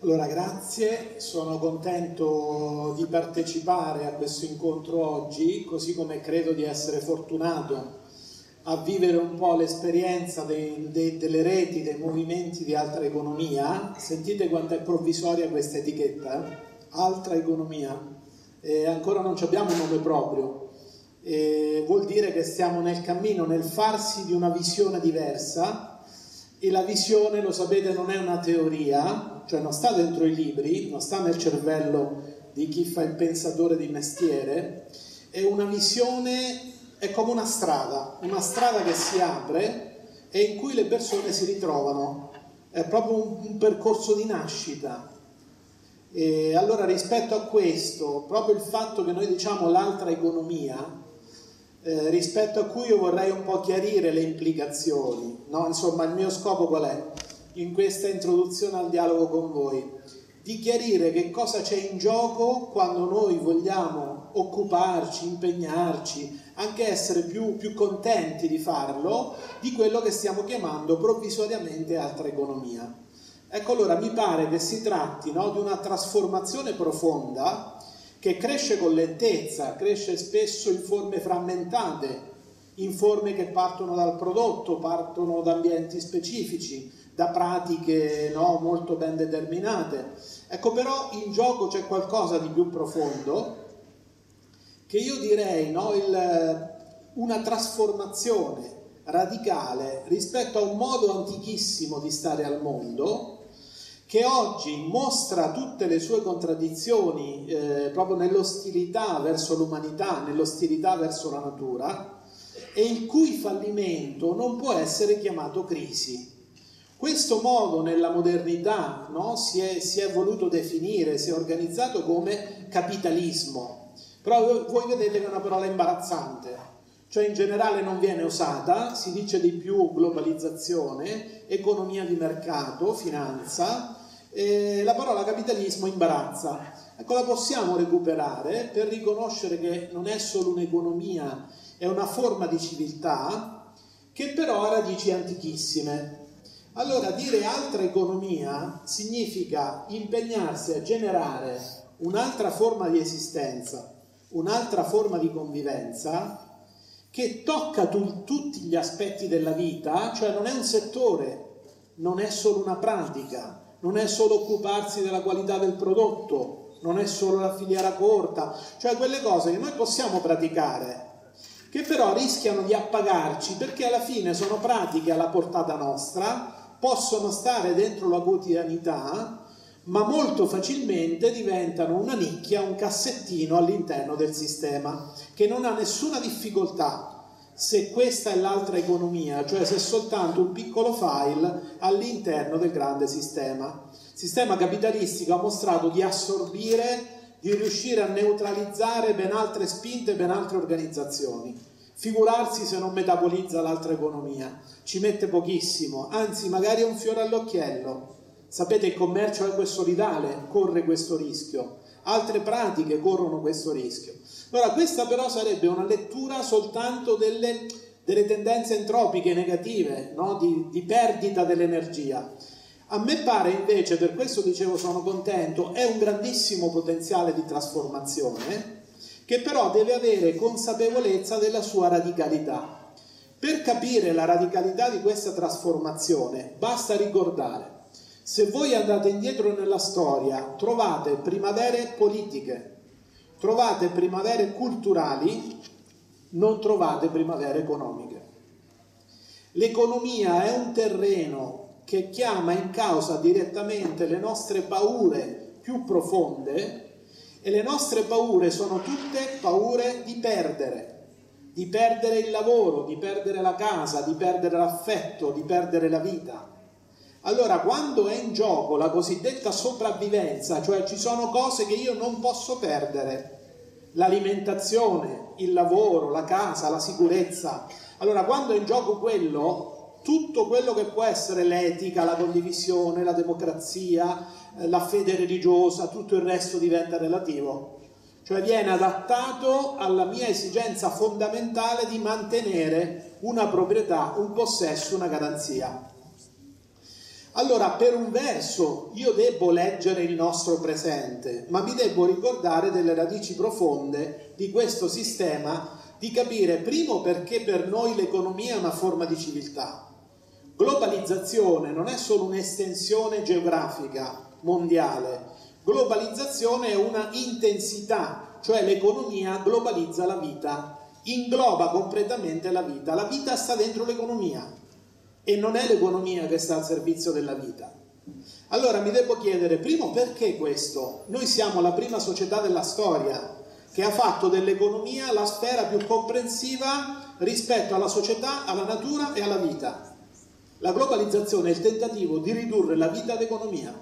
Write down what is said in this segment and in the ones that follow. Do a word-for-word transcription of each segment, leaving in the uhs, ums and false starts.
Allora, grazie, sono contento di partecipare a questo incontro oggi, così come credo di essere fortunato a vivere un po' l'esperienza dei, dei, delle reti, dei movimenti di altra economia. Sentite quanto è provvisoria questa etichetta, eh? Altra economia, e ancora non abbiamo un nome proprio, e vuol dire che stiamo nel cammino, nel farsi di una visione diversa. E la visione, lo sapete, non è una teoria, cioè non sta dentro i libri, non sta nel cervello di chi fa il pensatore di mestiere, è una visione, è come una strada, una strada che si apre e in cui le persone si ritrovano, è proprio un, un percorso di nascita. E allora rispetto a questo, proprio il fatto che noi diciamo l'altra economia, Eh, rispetto a cui io vorrei un po' chiarire le implicazioni, no? Insomma, il mio scopo qual è? In questa introduzione al dialogo con voi, di chiarire che cosa c'è in gioco quando noi vogliamo occuparci, impegnarci, anche essere più, più contenti di farlo, di quello che stiamo chiamando provvisoriamente altra economia. Ecco, allora mi pare che si tratti, no, di una trasformazione profonda che cresce con lentezza, cresce spesso in forme frammentate, in forme che partono dal prodotto, partono da ambienti specifici, da pratiche, no, molto ben determinate. Ecco, però in gioco c'è qualcosa di più profondo, che io direi, no, il, una trasformazione radicale rispetto a un modo antichissimo di stare al mondo, che oggi mostra tutte le sue contraddizioni eh, proprio nell'ostilità verso l'umanità, nell'ostilità verso la natura, e il cui fallimento non può essere chiamato crisi. Questo modo nella modernità, no, si, è, si è voluto definire, si è organizzato come capitalismo, però voi vedete che è una parola imbarazzante, cioè in generale non viene usata, si dice di più globalizzazione, economia di mercato, finanza. Eh, la parola capitalismo imbarazza. Ecco, la possiamo recuperare per riconoscere che non è solo un'economia, è una forma di civiltà che però ha radici antichissime. Allora, dire altra economia significa impegnarsi a generare un'altra forma di esistenza, un'altra forma di convivenza che tocca tu, tutti gli aspetti della vita, cioè non è un settore, non è solo una pratica, non è solo occuparsi della qualità del prodotto, non è solo la filiera corta, cioè quelle cose che noi possiamo praticare, che però rischiano di appagarci perché alla fine sono pratiche alla portata nostra, possono stare dentro la quotidianità, ma molto facilmente diventano una nicchia, un cassettino all'interno del sistema, che non ha nessuna difficoltà se questa è l'altra economia, cioè se è soltanto un piccolo file all'interno del grande sistema. Il sistema capitalistico ha mostrato di assorbire, di riuscire a neutralizzare ben altre spinte, ben altre organizzazioni. Figurarsi se non metabolizza l'altra economia, ci mette pochissimo, anzi magari è un fiore all'occhiello. Sapete, il commercio equo e solidale corre questo rischio, altre pratiche corrono questo rischio. Allora, questa però sarebbe una lettura soltanto delle, delle tendenze entropiche negative, no? di, di perdita dell'energia. A me pare invece, per questo dicevo sono contento, è un grandissimo potenziale di trasformazione, che però deve avere consapevolezza della sua radicalità. Per capire la radicalità di questa trasformazione basta ricordare, se voi andate indietro nella storia, trovate primavere politiche, trovate primavere culturali, non trovate primavere economiche. L'economia è un terreno che chiama in causa direttamente le nostre paure più profonde, e le nostre paure sono tutte paure di perdere, di perdere il lavoro, di perdere la casa, di perdere l'affetto, di perdere la vita. Allora, quando è in gioco la cosiddetta sopravvivenza, cioè ci sono cose che io non posso perdere, l'alimentazione, il lavoro, la casa, la sicurezza, allora quando è in gioco quello, tutto quello che può essere l'etica, la condivisione, la democrazia, la fede religiosa, tutto il resto diventa relativo, cioè viene adattato alla mia esigenza fondamentale di mantenere una proprietà, un possesso, una garanzia. Allora, per un verso io debbo leggere il nostro presente, ma mi debbo ricordare delle radici profonde di questo sistema, di capire primo perché per noi l'economia è una forma di civiltà. Globalizzazione non è solo un'estensione geografica mondiale, globalizzazione è una intensità, cioè l'economia globalizza la vita, ingloba completamente la vita, la vita sta dentro l'economia. E non è l'economia che sta al servizio della vita. Allora mi devo chiedere, primo, perché questo? Noi siamo la prima società della storia che ha fatto dell'economia la sfera più comprensiva rispetto alla società, alla natura e alla vita. La globalizzazione è il tentativo di ridurre la vita all'economia.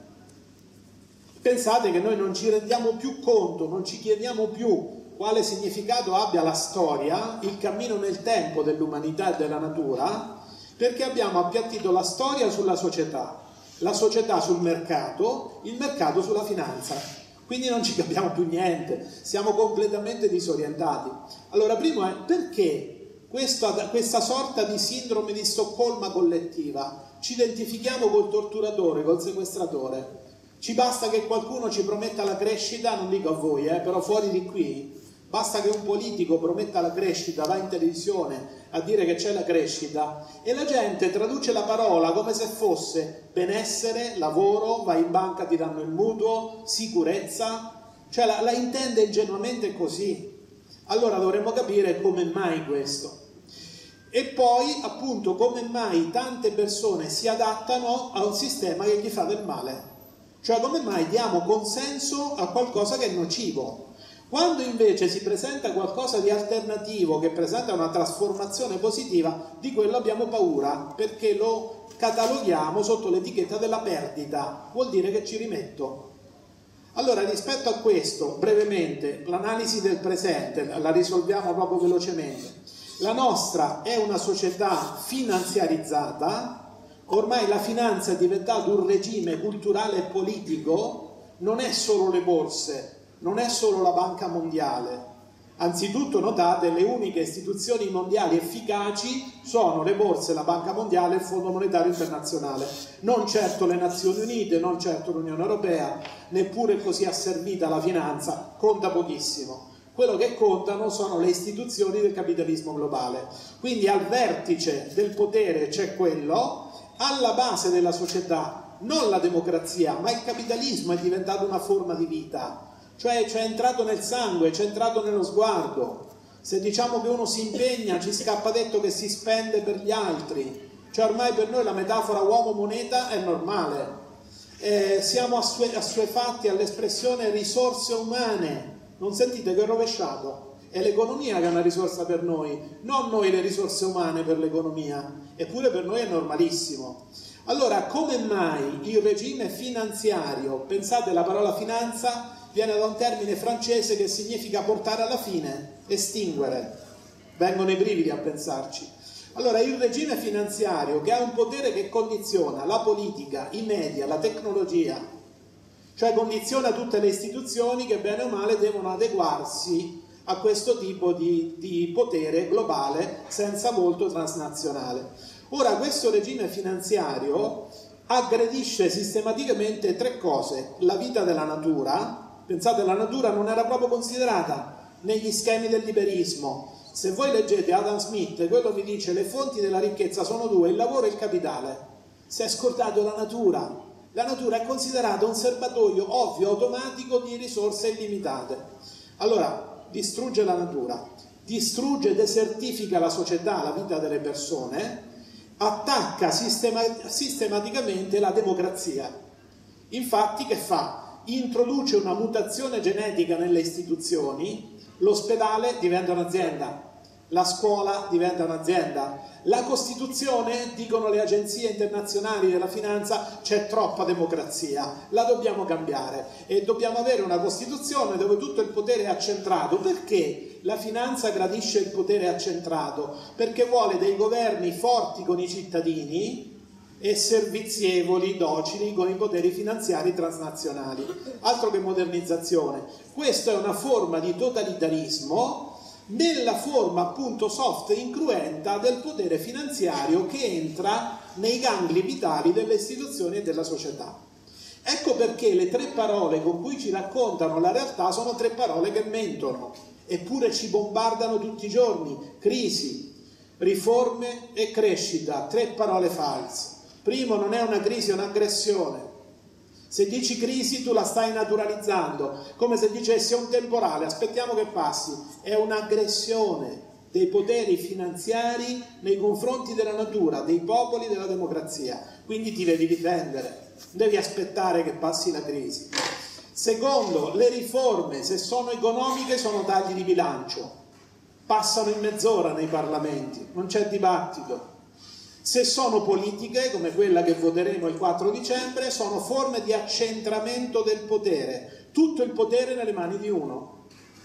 Pensate che noi non ci rendiamo più conto, non ci chiediamo più quale significato abbia la storia, il cammino nel tempo dell'umanità e della natura, perché abbiamo appiattito la storia sulla società, la società sul mercato, il mercato sulla finanza. Quindi non ci capiamo più niente, siamo completamente disorientati. Allora, primo è perché questa, questa sorta di sindrome di Stoccolma collettiva? Ci identifichiamo col torturatore, col sequestratore. Ci basta che qualcuno ci prometta la crescita, non dico a voi, eh, però fuori di qui, basta che un politico prometta la crescita, va in televisione a dire che c'è la crescita e la gente traduce la parola come se fosse benessere, lavoro, vai in banca, ti danno il mutuo, sicurezza, cioè la, la intende ingenuamente così. Allora dovremmo capire come mai questo. E poi appunto come mai tante persone si adattano a un sistema che gli fa del male, cioè come mai diamo consenso a qualcosa che è nocivo. Quando invece si presenta qualcosa di alternativo, che presenta una trasformazione positiva, di quello abbiamo paura, perché lo cataloghiamo sotto l'etichetta della perdita, vuol dire che ci rimetto. Allora, rispetto a questo, brevemente, l'analisi del presente, la risolviamo proprio velocemente. La nostra è una società finanziarizzata, ormai la finanza è diventata un regime culturale e politico, non è solo le borse, non è solo la Banca Mondiale. Anzitutto notate, le uniche istituzioni mondiali efficaci sono le borse, la Banca Mondiale e il Fondo Monetario Internazionale. Non certo le Nazioni Unite, non certo l'Unione Europea, neppure così asservita la finanza, conta pochissimo. Quello che contano sono le istituzioni del capitalismo globale. Quindi al vertice del potere c'è quello, alla base della società non la democrazia, ma il capitalismo è diventato una forma di vita. Cioè c'è entrato nel sangue, c'è entrato nello sguardo. Se diciamo che uno si impegna, ci scappa detto che si spende per gli altri. Cioè ormai per noi la metafora uomo-moneta è normale. Eh, siamo assue- assuefatti all'espressione risorse umane. Non sentite che è rovesciato? È l'economia che è una risorsa per noi, non noi le risorse umane per l'economia. Eppure per noi è normalissimo. Allora, come mai il regime finanziario, pensate la parola finanza, viene da un termine francese che significa portare alla fine, estinguere. Vengono i brividi a pensarci. Allora, il regime finanziario che ha un potere che condiziona la politica, i media, la tecnologia, cioè condiziona tutte le istituzioni che bene o male devono adeguarsi a questo tipo di, di potere globale senza volto transnazionale. Ora, questo regime finanziario aggredisce sistematicamente tre cose: la vita della natura. Pensate, la natura non era proprio considerata negli schemi del liberismo. Se voi leggete Adam Smith, quello vi dice le fonti della ricchezza sono due, il lavoro e il capitale. Si è scordato la natura. La natura è considerata un serbatoio ovvio, automatico di risorse illimitate. Allora, distrugge la natura, distrugge, desertifica la società, la vita delle persone, attacca sistema- sistematicamente la democrazia. Infatti che fa? Introduce una mutazione genetica nelle istituzioni, l'ospedale diventa un'azienda, la scuola diventa un'azienda, la Costituzione, dicono le agenzie internazionali della finanza, c'è troppa democrazia, la dobbiamo cambiare e dobbiamo avere una Costituzione dove tutto il potere è accentrato. Perché la finanza gradisce il potere accentrato? Perché vuole dei governi forti con i cittadini e servizievoli, docili con i poteri finanziari transnazionali. Altro che modernizzazione. Questa è una forma di totalitarismo nella forma appunto soft e incruenta del potere finanziario che entra nei gangli vitali delle istituzioni e della società. Ecco perché le tre parole con cui ci raccontano la realtà sono tre parole che mentono, eppure ci bombardano tutti i giorni: crisi, riforme e crescita, tre parole false. Primo, non è una crisi, è un'aggressione. Se dici crisi tu la stai naturalizzando, come se dicessi è un temporale, aspettiamo che passi. È un'aggressione dei poteri finanziari nei confronti della natura, dei popoli, della democrazia. Quindi ti devi difendere, devi aspettare che passi la crisi. Secondo, le riforme, se sono economiche, sono tagli di bilancio, passano in mezz'ora nei parlamenti, non c'è dibattito. Se sono politiche, come quella che voteremo il quattro dicembre, sono forme di accentramento del potere, tutto il potere nelle mani di uno.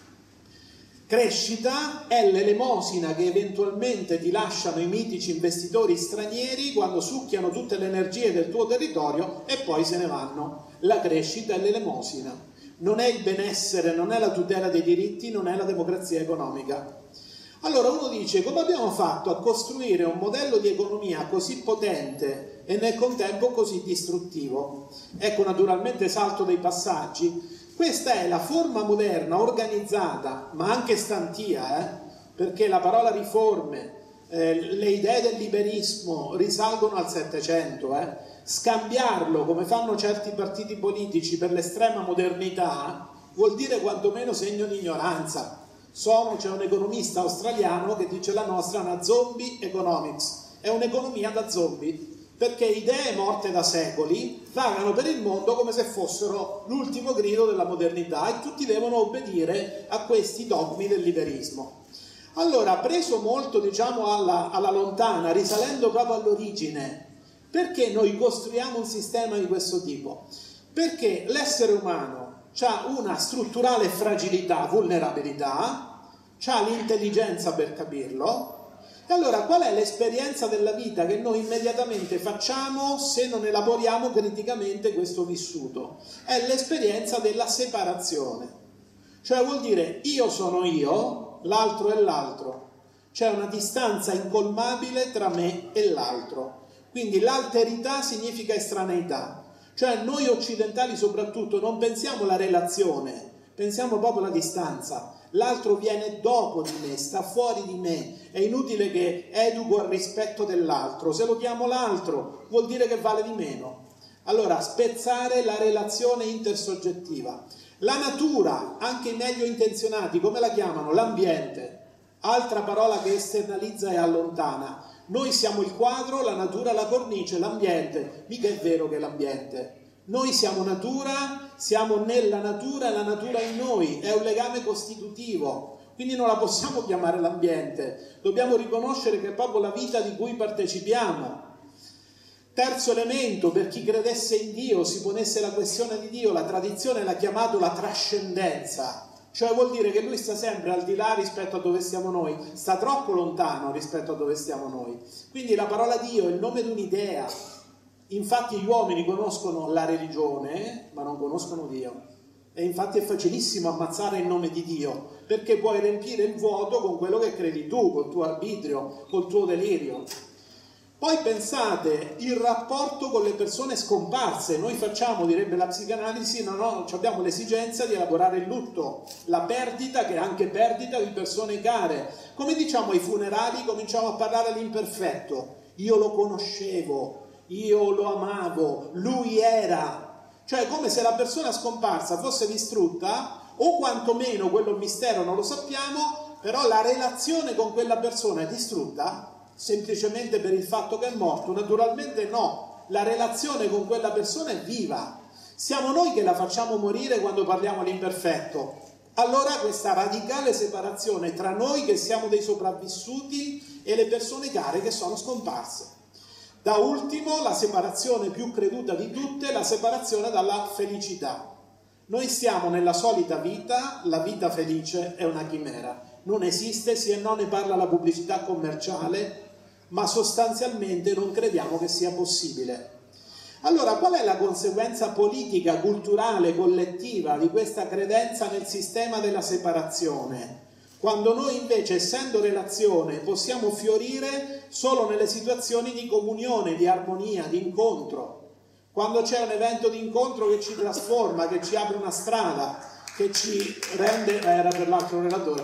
Crescita è l'elemosina che eventualmente ti lasciano i mitici investitori stranieri quando succhiano tutte le energie del tuo territorio e poi se ne vanno. La crescita è l'elemosina, non è il benessere, non è la tutela dei diritti, non è la democrazia economica. Allora uno dice: come abbiamo fatto a costruire un modello di economia così potente e nel contempo così distruttivo? Ecco, naturalmente salto dei passaggi. Questa è la forma moderna, organizzata, ma anche stantia, eh? Perché la parola riforme, eh, le idee del liberismo risalgono al Settecento. Eh? Scambiarlo, come fanno certi partiti politici, per l'estrema modernità vuol dire quantomeno segno di ignoranza. Sono, c'è un economista australiano che dice la nostra è una zombie economics, è un'economia da zombie, perché idee morte da secoli vagano per il mondo come se fossero l'ultimo grido della modernità e tutti devono obbedire a questi dogmi del liberismo. Allora, preso molto diciamo alla, alla lontana, risalendo proprio all'origine, perché noi costruiamo un sistema di questo tipo? Perché l'essere umano ha una strutturale fragilità, vulnerabilità, ha l'intelligenza per capirlo. E allora qual è l'esperienza della vita che noi immediatamente facciamo se non elaboriamo criticamente questo vissuto? È l'esperienza della separazione. Cioè vuol dire io sono io, l'altro è l'altro. C'è una distanza incolmabile tra me e l'altro. Quindi l'alterità significa estraneità. Cioè noi occidentali soprattutto non pensiamo alla relazione, pensiamo proprio alla distanza. L'altro viene dopo di me, sta fuori di me, è inutile che educo al rispetto dell'altro. Se lo chiamo l'altro vuol dire che vale di meno. Allora, spezzare la relazione intersoggettiva. La natura, anche i meglio intenzionati, come la chiamano? L'ambiente. Altra parola che esternalizza e allontana. Noi siamo il quadro, la natura la cornice, l'ambiente. Mica è vero che è l'ambiente. Noi siamo natura, siamo nella natura e la natura in noi. È un legame costitutivo. Quindi non la possiamo chiamare l'ambiente. Dobbiamo riconoscere che è proprio la vita di cui partecipiamo. Terzo elemento, per chi credesse in Dio, si ponesse la questione di Dio, la tradizione l'ha chiamato la trascendenza. Cioè vuol dire che lui sta sempre al di là rispetto a dove stiamo noi, sta troppo lontano rispetto a dove stiamo noi. Quindi la parola Dio è il nome di un'idea. Infatti gli uomini conoscono la religione, ma non conoscono Dio. E infatti è facilissimo ammazzare il nome di Dio, perché puoi riempire il vuoto con quello che credi tu, col tuo arbitrio, col tuo delirio. Poi pensate il rapporto con le persone scomparse. Noi facciamo, direbbe la psicanalisi, no, no, abbiamo l'esigenza di elaborare il lutto, la perdita che è anche perdita di persone care. Come diciamo ai funerali, cominciamo a parlare all'imperfetto. Io lo conoscevo, io lo amavo, lui era. Cioè come se la persona scomparsa fosse distrutta, o quantomeno quello mistero non lo sappiamo, però la relazione con quella persona è distrutta semplicemente per il fatto che è morto? Naturalmente no, la relazione con quella persona è viva. Siamo noi che la facciamo morire quando parliamo all'imperfetto. Allora questa radicale separazione tra noi che siamo dei sopravvissuti e le persone care che sono scomparse. Da ultimo, la separazione più creduta di tutte, la separazione dalla felicità. Noi stiamo nella solita vita, la vita felice è una chimera, non esiste, sì e no ne parla la pubblicità commerciale, ma sostanzialmente non crediamo che sia possibile. Allora, qual è la conseguenza politica, culturale, collettiva di questa credenza nel sistema della separazione? quando noi invece, essendo relazione, possiamo fiorire solo nelle situazioni di comunione, di armonia, di incontro. Quando c'è un evento di incontro che ci trasforma, che ci apre una strada, che ci rende... Eh, era per l'altro relatore.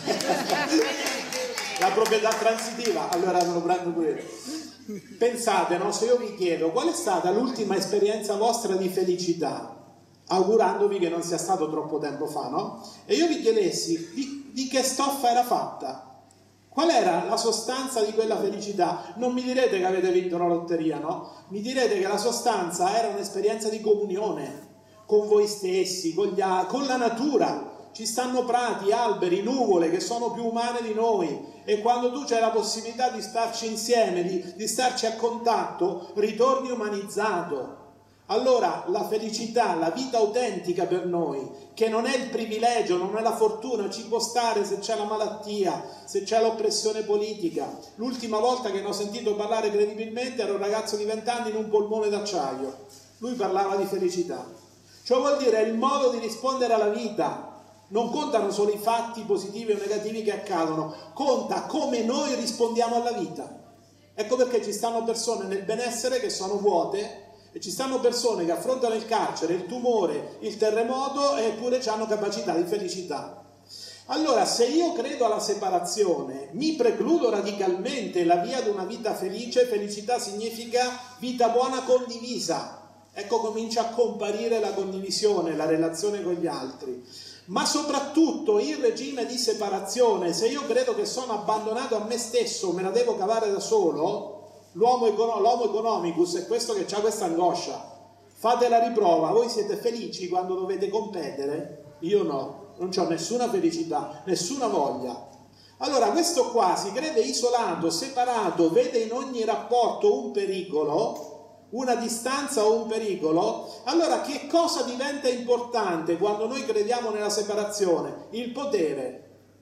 La proprietà transitiva, allora me lo prendo pure io. Pensate, no? Se io vi chiedo qual è stata l'ultima esperienza vostra di felicità, augurandovi che non sia stato troppo tempo fa, no? E io vi chiedessi di, di che stoffa era fatta, qual era la sostanza di quella felicità, non mi direte che avete vinto la lotteria, no? Mi direte che la sostanza era un'esperienza di comunione con voi stessi, con, gli, con la natura. Ci stanno prati, alberi, nuvole che sono più umane di noi, e quando tu c'hai la possibilità di starci insieme, di, di starci a contatto, ritorni umanizzato. Allora la felicità, la vita autentica per noi, che non è il privilegio, non è la fortuna, ci può stare se c'è la malattia, se c'è l'oppressione politica. L'ultima volta che ne ho sentito parlare credibilmente era un ragazzo di vent'anni in un polmone d'acciaio. Lui parlava di felicità. Ciò vuol dire il modo di rispondere alla vita. Non contano solo i fatti positivi o negativi che accadono, conta come noi rispondiamo alla vita. Ecco perché ci stanno persone nel benessere che sono vuote, e ci stanno persone che affrontano il carcere, il tumore, il terremoto, eppure hanno capacità di felicità. Allora, se io credo alla separazione, mi precludo radicalmente la via di una vita felice. Felicità significa vita buona condivisa. Ecco, comincia a comparire la condivisione, la relazione con gli altri. Ma soprattutto il regime di separazione, se io credo che sono abbandonato a me stesso, me la devo cavare da solo, l'uomo economicus è questo che ha questa angoscia. Fate la riprova, voi siete felici quando dovete competere? Io no, non ho nessuna felicità, nessuna voglia. Allora questo qua si crede isolato, separato, vede in ogni rapporto un pericolo, una distanza o un pericolo. Allora che cosa diventa importante quando noi crediamo nella separazione? Il potere.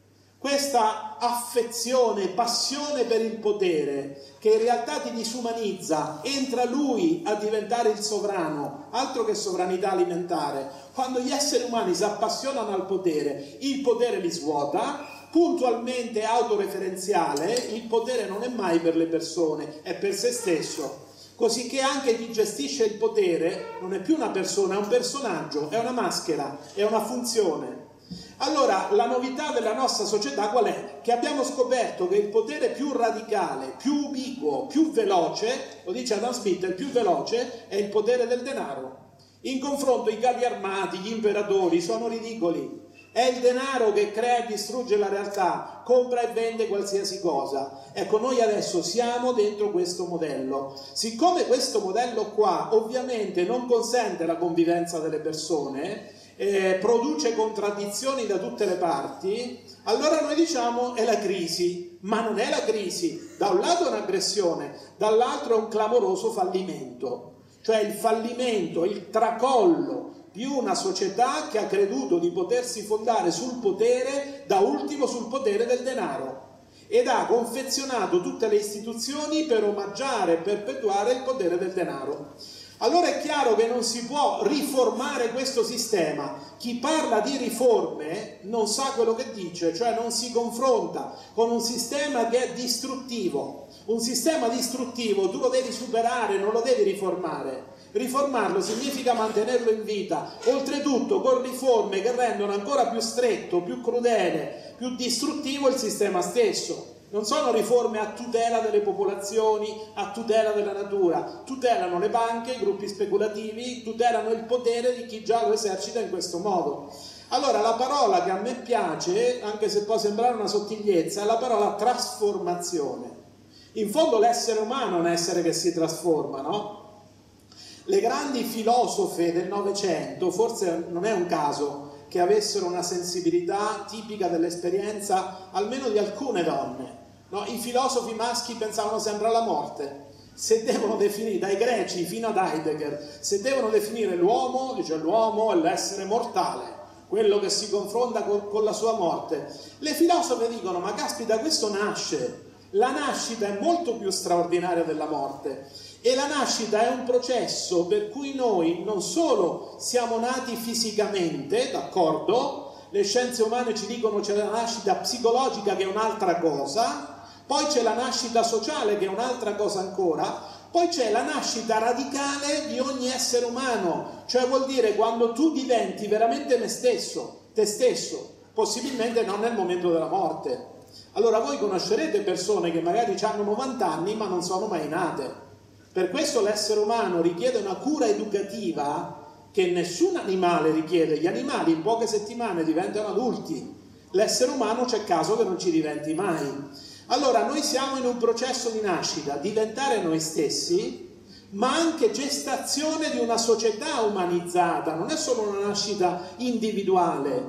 Questa affezione, passione per il potere, che in realtà ti disumanizza, entra lui a diventare il sovrano, altro che sovranità alimentare. Quando gli esseri umani si appassionano al potere, il potere li svuota, puntualmente autoreferenziale. Il potere non è mai per le persone, è per se stesso. Così che anche chi gestisce il potere non è più una persona, è un personaggio, è una maschera, è una funzione. Allora, la novità della nostra società qual è? Che abbiamo scoperto che il potere più radicale, più ubiquo, più veloce, lo dice Adam Smith, il più veloce è il potere del denaro. In confronto i carri armati, gli imperatori sono ridicoli. È il denaro che crea e distrugge la realtà, compra e vende qualsiasi cosa. Ecco, noi adesso siamo dentro questo modello. Siccome questo modello qua ovviamente non consente la convivenza delle persone, eh, produce contraddizioni da tutte le parti, allora noi diciamo è la crisi. Ma non è la crisi. Da un lato è un'aggressione, dall'altro è un clamoroso fallimento. Cioè il fallimento, il tracollo di una società che ha creduto di potersi fondare sul potere, da ultimo sul potere del denaro, ed ha confezionato tutte le istituzioni per omaggiare e perpetuare il potere del denaro. Allora è chiaro che non si può riformare questo sistema. Chi parla di riforme non sa quello che dice, cioè non si confronta con un sistema che è distruttivo. Un sistema distruttivo tu lo devi superare, non lo devi riformare. Riformarlo significa mantenerlo in vita, oltretutto con riforme che rendono ancora più stretto, più crudele, più distruttivo il sistema stesso. Non sono riforme a tutela delle popolazioni, a tutela della natura, tutelano le banche, i gruppi speculativi, tutelano il potere di chi già lo esercita in questo modo. Allora la parola che a me piace, anche se può sembrare una sottigliezza, è la parola trasformazione. In fondo l'essere umano è un essere che si trasforma, no? Le grandi filosofe del Novecento, forse non è un caso che avessero una sensibilità tipica dell'esperienza almeno di alcune donne. No, i filosofi maschi pensavano sempre alla morte. Se devono definire, dai greci fino ad Heidegger, se devono definire l'uomo, dice l'uomo è l'essere mortale, quello che si confronta con, con la sua morte. Le filosofe dicono, ma caspita, questo nasce. La nascita è molto più straordinaria della morte. E la nascita è un processo per cui noi non solo siamo nati fisicamente, d'accordo, le scienze umane ci dicono c'è la nascita psicologica che è un'altra cosa, poi c'è la nascita sociale che è un'altra cosa ancora, poi c'è la nascita radicale di ogni essere umano, cioè vuol dire quando tu diventi veramente me stesso, te stesso, possibilmente non nel momento della morte. Allora voi conoscerete persone che magari hanno novanta anni ma non sono mai nate. Per questo l'essere umano richiede una cura educativa che nessun animale richiede. Gli animali in poche settimane diventano adulti, l'essere umano c'è caso che non ci diventi mai. Allora noi siamo in un processo di nascita, diventare noi stessi, ma anche gestazione di una società umanizzata. Non è solo una nascita individuale,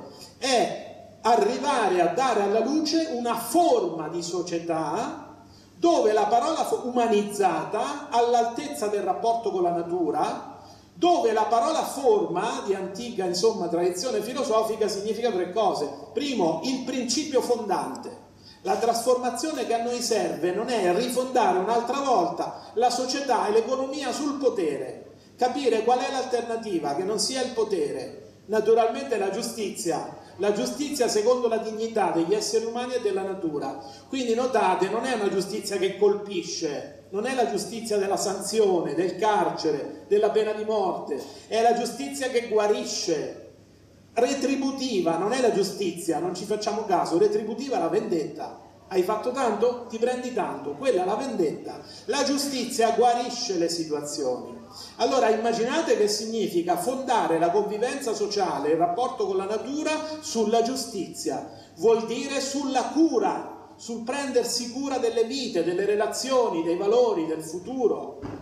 è arrivare a dare alla luce una forma di società dove la parola umanizzata, all'altezza del rapporto con la natura, dove la parola forma, di antica insomma tradizione filosofica, significa tre cose. Primo, il principio fondante. La trasformazione che a noi serve non è rifondare un'altra volta la società e l'economia sul potere, capire qual è l'alternativa, che non sia il potere, naturalmente la giustizia, la giustizia secondo la dignità degli esseri umani e della natura. Quindi notate, non è una giustizia che colpisce, non è la giustizia della sanzione, del carcere, della pena di morte, è la giustizia che guarisce. Retributiva non è la giustizia, non ci facciamo caso, retributiva è la vendetta. Hai fatto tanto? Ti prendi tanto, quella è la vendetta. La giustizia guarisce le situazioni. Allora immaginate che significa fondare la convivenza sociale, il rapporto con la natura sulla giustizia, vuol dire sulla cura, sul prendersi cura delle vite, delle relazioni, dei valori, del futuro.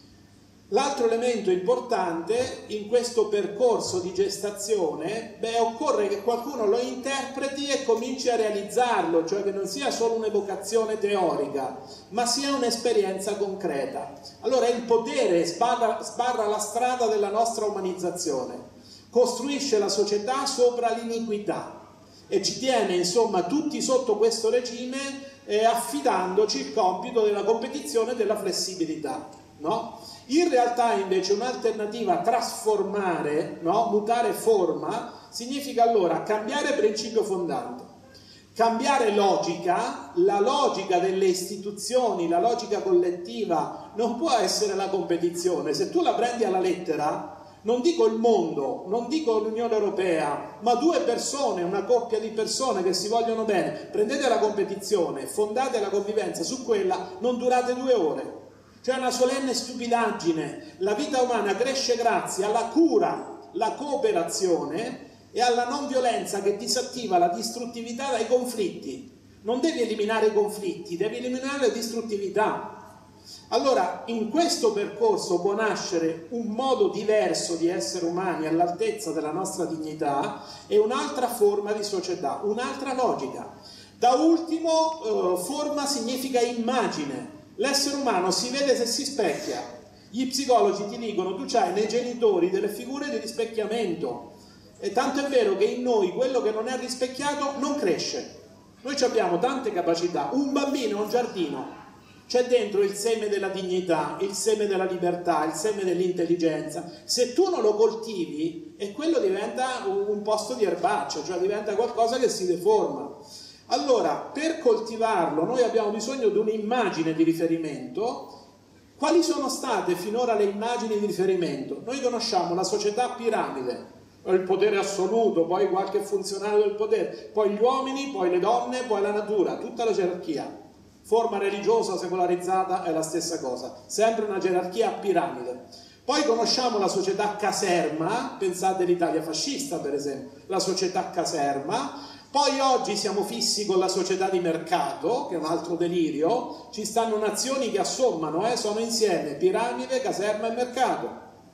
L'altro elemento importante in questo percorso di gestazione, beh, occorre che qualcuno lo interpreti e cominci a realizzarlo, cioè che non sia solo un'evocazione teorica, ma sia un'esperienza concreta. Allora il potere sbarra, sbarra la strada della nostra umanizzazione, costruisce la società sopra l'iniquità e ci tiene insomma tutti sotto questo regime, eh, affidandoci il compito della competizione e della flessibilità, no? In realtà invece un'alternativa a trasformare, no? Mutare forma, significa allora cambiare principio fondante, cambiare logica. La logica delle istituzioni, la logica collettiva non può essere la competizione. Se tu la prendi alla lettera, non dico il mondo, non dico l'Unione Europea, ma due persone, una coppia di persone che si vogliono bene, prendete la competizione, fondate la convivenza su quella, non durate due ore. Cioè una solenne stupidaggine. La vita umana cresce grazie alla cura, la cooperazione e alla non violenza che disattiva la distruttività dai conflitti. Non devi eliminare i conflitti, devi eliminare la distruttività. Allora, in questo percorso può nascere un modo diverso di essere umani all'altezza della nostra dignità e un'altra forma di società, un'altra logica. Da ultimo, eh, forma significa immagine. L'essere umano si vede se si specchia. Gli psicologi ti dicono tu c'hai nei genitori delle figure di rispecchiamento, e tanto è vero che in noi quello che non è rispecchiato non cresce. Noi abbiamo tante capacità. Un bambino è un giardino, c'è dentro il seme della dignità, il seme della libertà, il seme dell'intelligenza. Se tu non lo coltivi, e quello diventa un posto di erbaccia, cioè diventa qualcosa che si deforma. Allora, per coltivarlo noi abbiamo bisogno di un'immagine di riferimento. Quali sono state finora le immagini di riferimento? Noi conosciamo la società piramide, il potere assoluto, poi qualche funzionario del potere, poi gli uomini, poi le donne, poi la natura, tutta la gerarchia. Forma religiosa secolarizzata è la stessa cosa, sempre una gerarchia a piramide. Poi conosciamo la società caserma, pensate all'Italia fascista per esempio, la società caserma. Poi oggi siamo fissi con la società di mercato, che è un altro delirio. Ci stanno nazioni che assommano, eh, sono insieme, piramide, caserma e mercato.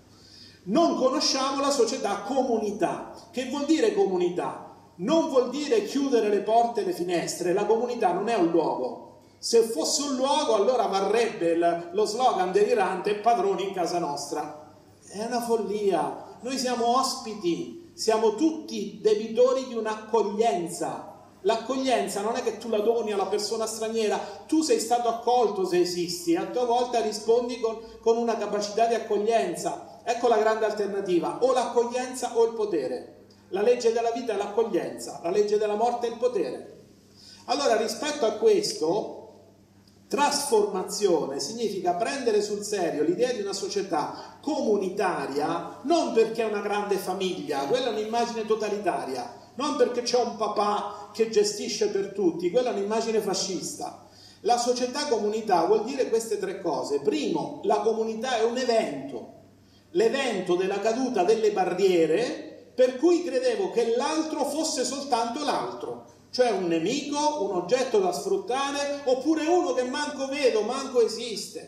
Non conosciamo la società comunità. Che vuol dire comunità? Non vuol dire chiudere le porte e le finestre. La comunità non è un luogo. Se fosse un luogo allora varrebbe il, lo slogan delirante padroni in casa nostra. È una follia. Noi siamo ospiti. Siamo tutti debitori di un'accoglienza. L'accoglienza non è che tu la doni alla persona straniera, tu sei stato accolto se esisti, a tua volta rispondi con, con una capacità di accoglienza. Ecco la grande alternativa, o l'accoglienza o il potere. la legge della vita è l'accoglienza, la legge della morte è il potere. Allora, rispetto a questo, trasformazione significa prendere sul serio l'idea di una società comunitaria, non perché è una grande famiglia, quella è un'immagine totalitaria, non perché c'è un papà che gestisce per tutti, quella è un'immagine fascista. La società comunità vuol dire queste tre cose. Primo, la comunità è un evento, l'evento della caduta delle barriere, per cui credevo che l'altro fosse soltanto l'altro, cioè un nemico, un oggetto da sfruttare, oppure uno che manco vedo, manco esiste.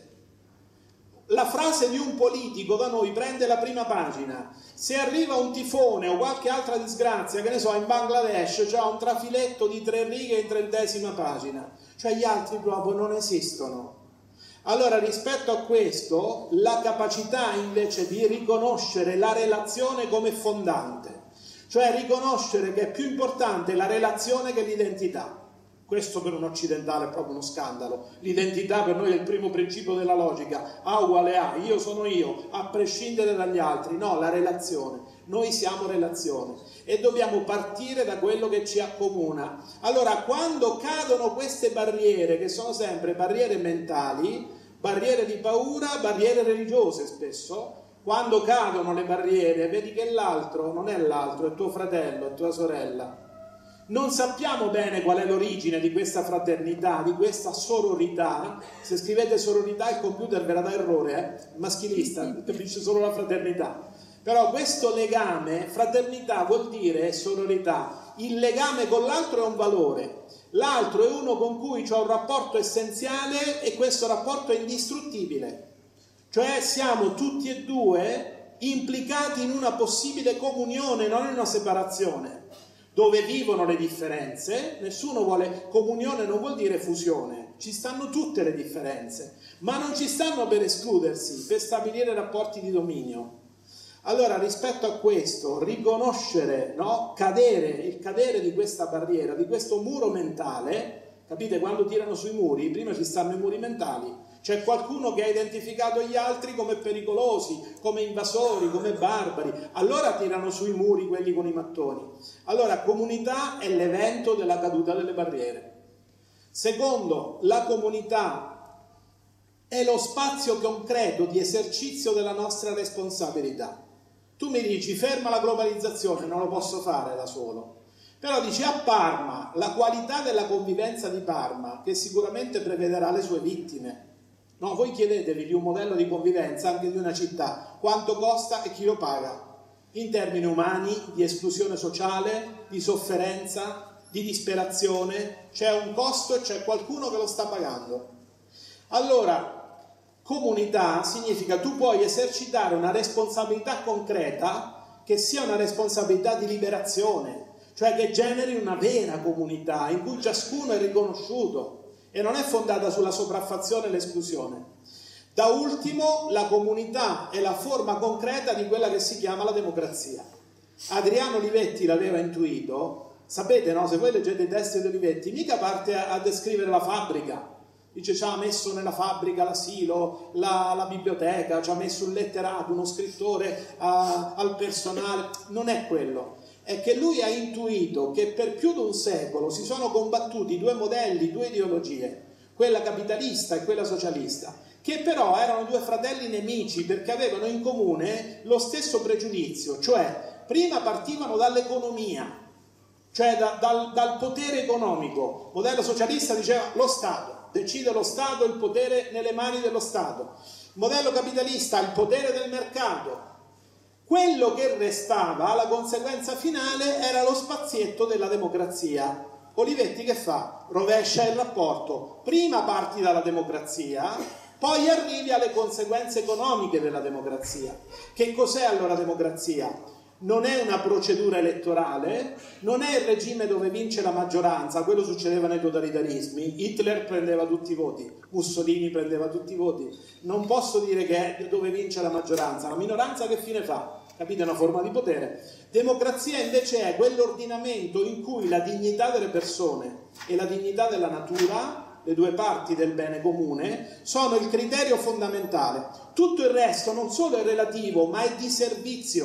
La frase di un politico da noi prende la prima pagina. Se arriva un tifone o qualche altra disgrazia, che ne so, in Bangladesh c'è un trafiletto di tre righe in trentesima pagina, cioè gli altri proprio non esistono. Allora, rispetto a questo, la capacità invece di riconoscere la relazione come fondante, cioè riconoscere che è più importante la relazione che l'identità. Questo per un occidentale è proprio uno scandalo. L'identità per noi è il primo principio della logica. A uguale A, io sono io, a prescindere dagli altri. No, la relazione. Noi siamo relazione e dobbiamo partire da quello che ci accomuna. Allora, quando cadono queste barriere, che sono sempre barriere mentali, barriere di paura, barriere religiose spesso, quando cadono le barriere, vedi che l'altro non è l'altro, è tuo fratello, è tua sorella. Non sappiamo bene qual è l'origine di questa fraternità, di questa sororità. Se scrivete sororità il computer ve la dà errore, eh? Maschilista, capisce solo la fraternità. Però questo legame, fraternità vuol dire sororità, il legame con l'altro è un valore, l'altro è uno con cui ho un rapporto essenziale e questo rapporto è indistruttibile. Cioè siamo tutti e due implicati in una possibile comunione, non in una separazione, dove vivono le differenze. Nessuno vuole comunione, non vuol dire fusione, ci stanno tutte le differenze, ma non ci stanno per escludersi, per stabilire rapporti di dominio. Allora, rispetto a questo, riconoscere, no? cadere, il cadere di questa barriera, di questo muro mentale, capite, quando tirano sui muri, prima ci stanno i muri mentali. C'è qualcuno che ha identificato gli altri come pericolosi, come invasori, come barbari. Allora tirano sui muri quelli con i mattoni. Allora, comunità è l'evento della caduta delle barriere. Secondo, la comunità è lo spazio concreto di esercizio della nostra responsabilità. Tu mi dici, ferma la globalizzazione, non lo posso fare da solo. Però dici, a Parma, la qualità della convivenza di Parma, che sicuramente prevederà le sue vittime. No, voi chiedetevi di un modello di convivenza anche di una città, quanto costa e chi lo paga, in termini umani, di esclusione sociale, di sofferenza, di disperazione. C'è un costo e c'è qualcuno che lo sta pagando. Allora, comunità significa tu puoi esercitare una responsabilità concreta che sia una responsabilità di liberazione, cioè che generi una vera comunità in cui ciascuno è riconosciuto e non è fondata sulla sopraffazione e l'esclusione. Da ultimo, la comunità è la forma concreta di quella che si chiama la democrazia. Adriano Olivetti l'aveva intuito, sapete, no? Se voi leggete i testi di Olivetti, mica parte a, a descrivere la fabbrica. Dice, ci ha messo nella fabbrica l'asilo, la, la biblioteca, ci ha messo un letterato, uno scrittore a, al personale. Non è quello. È che lui ha intuito che per più di un secolo si sono combattuti due modelli, due ideologie, quella capitalista e quella socialista, che però erano due fratelli nemici perché avevano in comune lo stesso pregiudizio, cioè prima partivano dall'economia, cioè da, dal, dal potere economico. Il modello socialista diceva lo Stato, decide lo Stato, il potere nelle mani dello Stato. Il modello capitalista, il potere del mercato. Quello che restava, la conseguenza finale, era lo spazietto della democrazia. Olivetti che fa? Rovescia il rapporto. Prima parti dalla democrazia, poi arrivi alle conseguenze economiche della democrazia. Che cos'è allora democrazia? Non è una procedura elettorale, non è il regime dove vince la maggioranza, quello succedeva nei totalitarismi, Hitler prendeva tutti i voti, Mussolini prendeva tutti i voti. Non posso dire che è dove vince la maggioranza, la minoranza che fine fa? Capite? È una forma di potere. Democrazia invece è quell'ordinamento in cui la dignità delle persone e la dignità della natura, le due parti del bene comune, sono il criterio fondamentale. Tutto il resto non solo è relativo, ma è di servizio.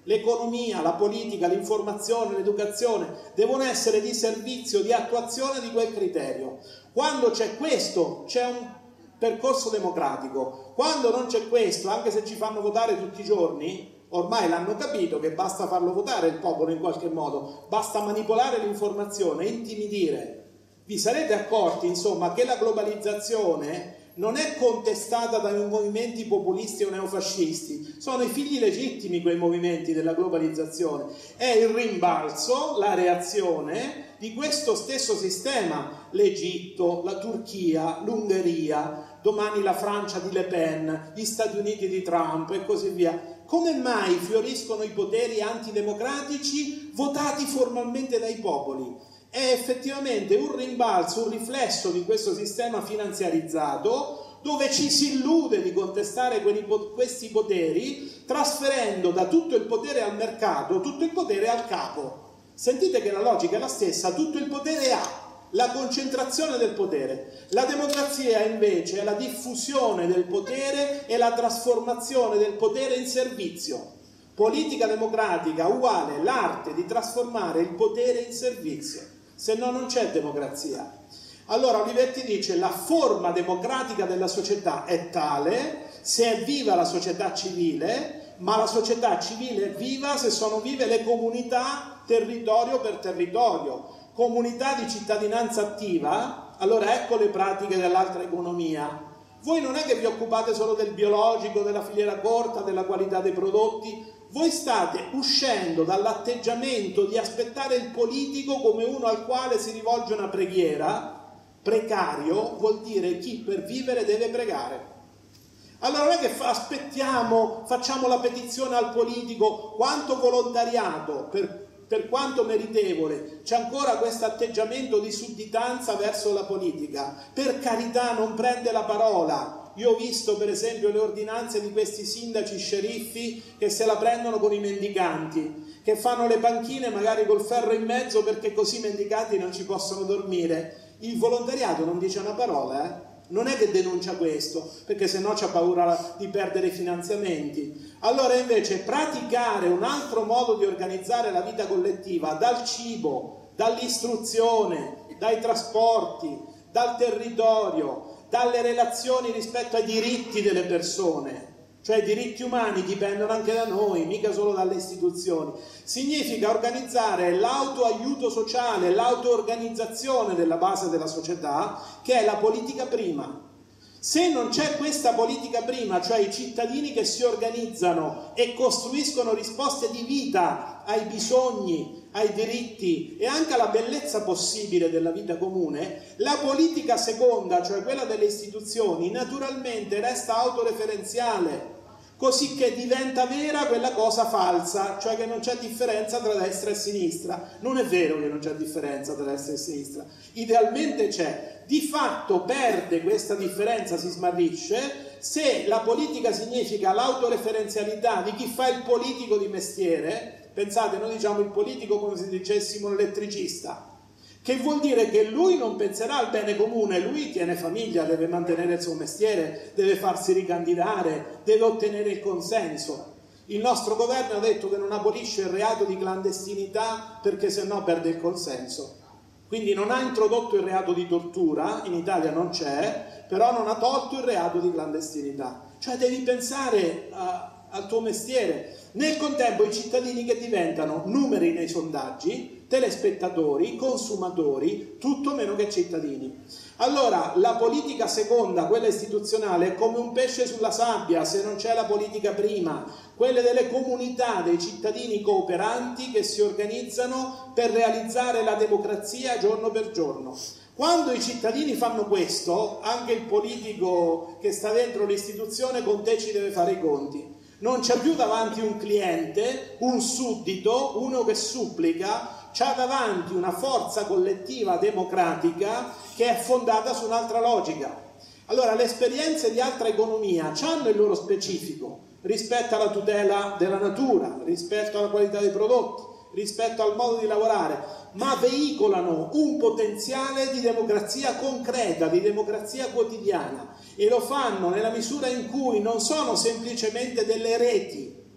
l'economia, la politica, l'informazione, l'educazione devono essere di servizio, di attuazione di quel criterio. Quando c'è questo, c'è un percorso democratico. Quando non c'è questo, anche se ci fanno votare tutti i giorni, ormai l'hanno capito che basta farlo votare il popolo in qualche modo, basta manipolare l'informazione, intimidire. Vi sarete accorti, insomma, che la globalizzazione non è contestata dai movimenti populisti o neofascisti, sono i figli legittimi quei movimenti della globalizzazione, è il rimbalzo, la reazione di questo stesso sistema, l'Egitto, la Turchia, l'Ungheria, domani la Francia di Le Pen, gli Stati Uniti di Trump e così via. Come mai fioriscono i poteri antidemocratici votati formalmente dai popoli? È effettivamente un rimbalzo, un riflesso di questo sistema finanziarizzato dove ci si illude di contestare quelli, questi poteri trasferendo da tutto il potere al mercato tutto il potere al capo. Sentite che la logica è la stessa, tutto il potere ha, la concentrazione del potere. La democrazia invece è la diffusione del potere e la trasformazione del potere in servizio. Politica democratica uguale l'arte di trasformare il potere in servizio. Se no non c'è democrazia. Allora Olivetti dice la forma democratica della società è tale se è viva la società civile, ma la società civile è viva se sono vive le comunità territorio per territorio, comunità di cittadinanza attiva. Allora ecco le pratiche dell'altra economia. Voi non è che vi occupate solo del biologico, della filiera corta, della qualità dei prodotti. Voi state uscendo dall'atteggiamento di aspettare il politico come uno al quale si rivolge una preghiera. Precario vuol dire chi per vivere deve pregare. Allora non è che aspettiamo, facciamo la petizione al politico, quanto volontariato, per, per quanto meritevole, c'è ancora questo atteggiamento di sudditanza verso la politica. Per carità, non prende la parola. Io ho visto per esempio le ordinanze di questi sindaci sceriffi che se la prendono con i mendicanti, che fanno le panchine magari col ferro in mezzo perché così i mendicanti non ci possono dormire. Il volontariato non dice una parola, eh? Non è che denuncia questo, perché sennò c'ha paura di perdere i finanziamenti. Allora invece praticare un altro modo di organizzare la vita collettiva, dal cibo, dall'istruzione, dai trasporti, dal territorio, dalle relazioni rispetto ai diritti delle persone, cioè i diritti umani dipendono anche da noi, mica solo dalle istituzioni. Significa organizzare l'autoaiuto sociale, l'auto-organizzazione della base della società, che è la politica prima. Se non c'è questa politica prima, cioè i cittadini che si organizzano e costruiscono risposte di vita ai bisogni, ai diritti e anche alla bellezza possibile della vita comune, la politica seconda, cioè quella delle istituzioni, naturalmente resta autoreferenziale, così che diventa vera quella cosa falsa, cioè che non c'è differenza tra destra e sinistra. Non è vero che non c'è differenza tra destra e sinistra, idealmente c'è. Di fatto perde questa differenza, si smarrisce, se la politica significa l'autoreferenzialità di chi fa il politico di mestiere. Pensate, noi diciamo il politico come se dicessimo l'elettricista, che vuol dire che lui non penserà al bene comune, lui tiene famiglia, deve mantenere il suo mestiere, deve farsi ricandidare, deve ottenere il consenso. Il nostro governo ha detto che non abolisce il reato di clandestinità perché sennò perde il consenso. Quindi non ha introdotto il reato di tortura, in Italia non c'è, però non ha tolto il reato di clandestinità. Cioè devi pensare a, al tuo mestiere. Nel contempo i cittadini che diventano numeri nei sondaggi, telespettatori, consumatori, tutto meno che cittadini. Allora la politica seconda, quella istituzionale, è come un pesce sulla sabbia se non c'è la politica prima, quelle delle comunità, dei cittadini cooperanti che si organizzano per realizzare la democrazia giorno per giorno. Quando i cittadini fanno questo, anche il politico che sta dentro l'istituzione con te ci deve fare i conti. Non c'è più davanti un cliente, un suddito, uno che supplica, c'ha davanti una forza collettiva democratica che è fondata su un'altra logica. Allora le esperienze di altra economia hanno il loro specifico rispetto alla tutela della natura, rispetto alla qualità dei prodotti, rispetto al modo di lavorare, ma veicolano un potenziale di democrazia concreta, di democrazia quotidiana, e lo fanno nella misura in cui non sono semplicemente delle reti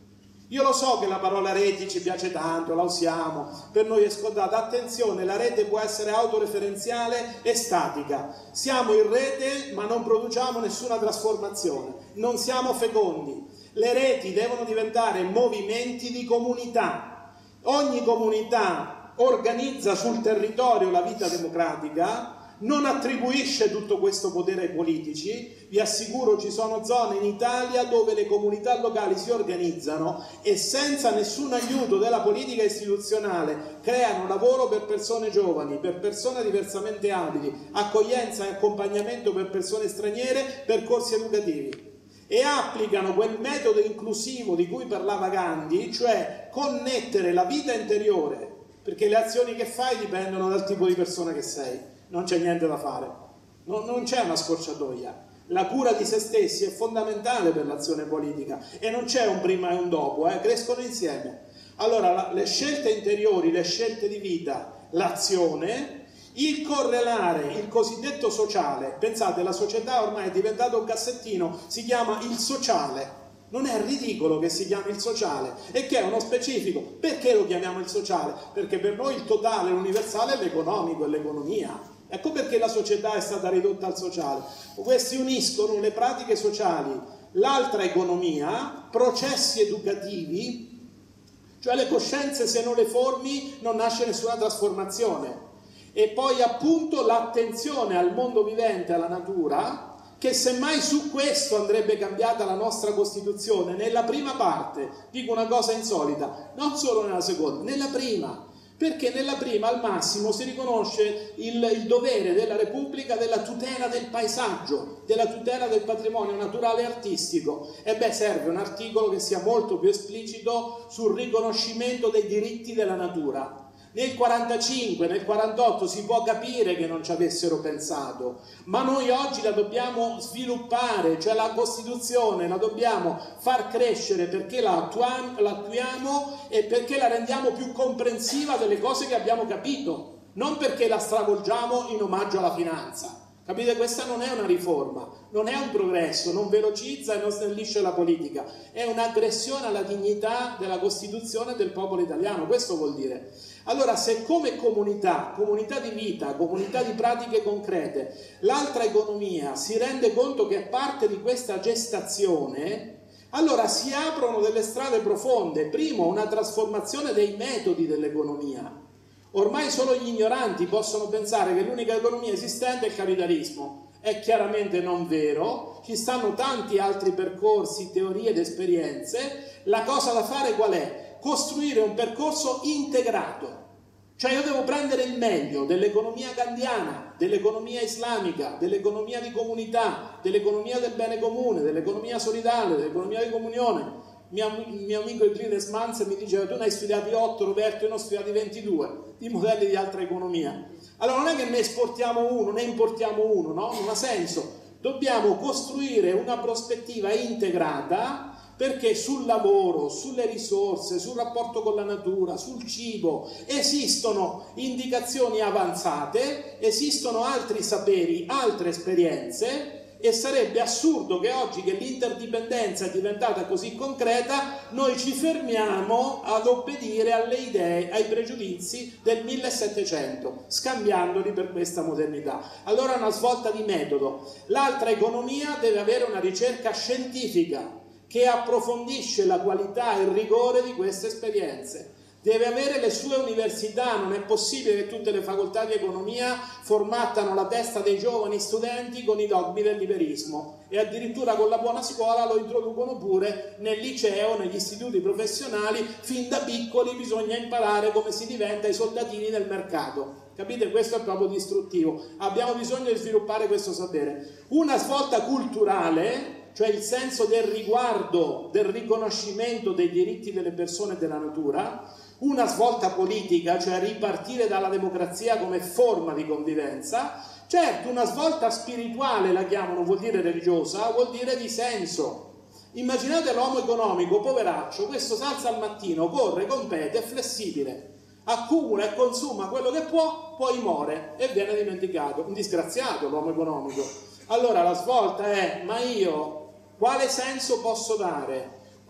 Io lo so che la parola reti ci piace tanto, la usiamo, per noi è scontata. Attenzione, la rete può essere autoreferenziale e statica. Siamo in rete ma non produciamo nessuna trasformazione, non siamo fecondi. Le reti devono diventare movimenti di comunità. Ogni comunità organizza sul territorio la vita democratica, non attribuisce tutto questo potere ai politici. Vi assicuro, ci sono zone in Italia dove le comunità locali si organizzano e senza nessun aiuto della politica istituzionale creano lavoro per persone giovani, per persone diversamente abili, accoglienza e accompagnamento per persone straniere, percorsi educativi, e applicano quel metodo inclusivo di cui parlava Gandhi, cioè connettere la vita interiore, perché le azioni che fai dipendono dal tipo di persona che sei. Non c'è niente da fare, non, non c'è una scorciatoia. La cura di se stessi è fondamentale per l'azione politica e non c'è un prima e un dopo, eh, crescono insieme. Allora la, le scelte interiori, le scelte di vita, l'azione, il correlare, il cosiddetto sociale. Pensate, la società ormai è diventata un cassettino, si chiama il sociale. Non è ridicolo che si chiami il sociale e che è uno specifico. Perché lo chiamiamo il sociale? Perché per noi il totale, l'universale è l'economico, è l'economia. Ecco perché la società è stata ridotta al sociale. Questi uniscono le pratiche sociali, l'altra economia, processi educativi, cioè le coscienze se non le formi non nasce nessuna trasformazione. E poi appunto l'attenzione al mondo vivente, alla natura, che semmai su questo andrebbe cambiata la nostra Costituzione. Nella prima parte, dico una cosa insolita, non solo nella seconda, nella prima, perché nella prima al massimo si riconosce il, il dovere della Repubblica della tutela del paesaggio, della tutela del patrimonio naturale e artistico. E beh, serve un articolo che sia molto più esplicito sul riconoscimento dei diritti della natura. Nel quarantacinque, nel quarantotto si può capire che non ci avessero pensato, ma noi oggi la dobbiamo sviluppare, cioè la Costituzione la dobbiamo far crescere perché la attuam- la attuiamo e perché la rendiamo più comprensiva delle cose che abbiamo capito, non perché la stravolgiamo in omaggio alla finanza. Capite? Questa non è una riforma, non è un progresso, non velocizza e non snellisce la politica, è un'aggressione alla dignità della Costituzione e del popolo italiano, questo vuol dire. Allora, se come comunità, comunità di vita, comunità di pratiche concrete, l'altra economia si rende conto che è parte di questa gestazione, allora si aprono delle strade profonde. Primo, una trasformazione dei metodi dell'economia. Ormai solo gli ignoranti possono pensare che l'unica economia esistente è il capitalismo. È chiaramente non vero, ci stanno tanti altri percorsi, teorie ed esperienze. La cosa da fare qual è? Costruire un percorso integrato. Cioè io devo prendere il meglio dell'economia gandhiana, dell'economia islamica, dell'economia di comunità, dell'economia del bene comune, dell'economia solidale, dell'economia di comunione. Mio, mio amico Euclides Mans mi diceva: tu ne hai studiati otto, Roberto, io ne ho studiati ventidue di modelli di altra economia. Allora non è che ne esportiamo uno, ne importiamo uno, no? Non ha senso. Dobbiamo costruire una prospettiva integrata, perché sul lavoro, sulle risorse, sul rapporto con la natura, sul cibo esistono indicazioni avanzate, esistono altri saperi, altre esperienze. E sarebbe assurdo che oggi che l'interdipendenza è diventata così concreta noi ci fermiamo ad obbedire alle idee, ai pregiudizi del millesettecento, scambiandoli per questa modernità. Allora una svolta di metodo. L'altra economia deve avere una ricerca scientifica che approfondisce la qualità e il rigore di queste esperienze. Deve avere le sue università, non è possibile che tutte le facoltà di economia formattano la testa dei giovani studenti con i dogmi del liberismo e addirittura con la buona scuola lo introducono pure nel liceo, negli istituti professionali. Fin da piccoli bisogna imparare come si diventa i soldatini del mercato. Capite? Questo è proprio distruttivo. Abbiamo bisogno di sviluppare questo sapere. Una svolta culturale, cioè il senso del riguardo, del riconoscimento dei diritti delle persone e della natura. Una svolta politica, cioè ripartire dalla democrazia come forma di convivenza. Certo, una svolta spirituale, la chiamano, vuol dire religiosa, vuol dire di senso. Immaginate l'uomo economico, poveraccio, questo si alza al mattino, corre, compete, è flessibile, accumula e consuma quello che può, poi muore e viene dimenticato. Un disgraziato l'uomo economico. Allora la svolta è: ma io quale senso posso dare?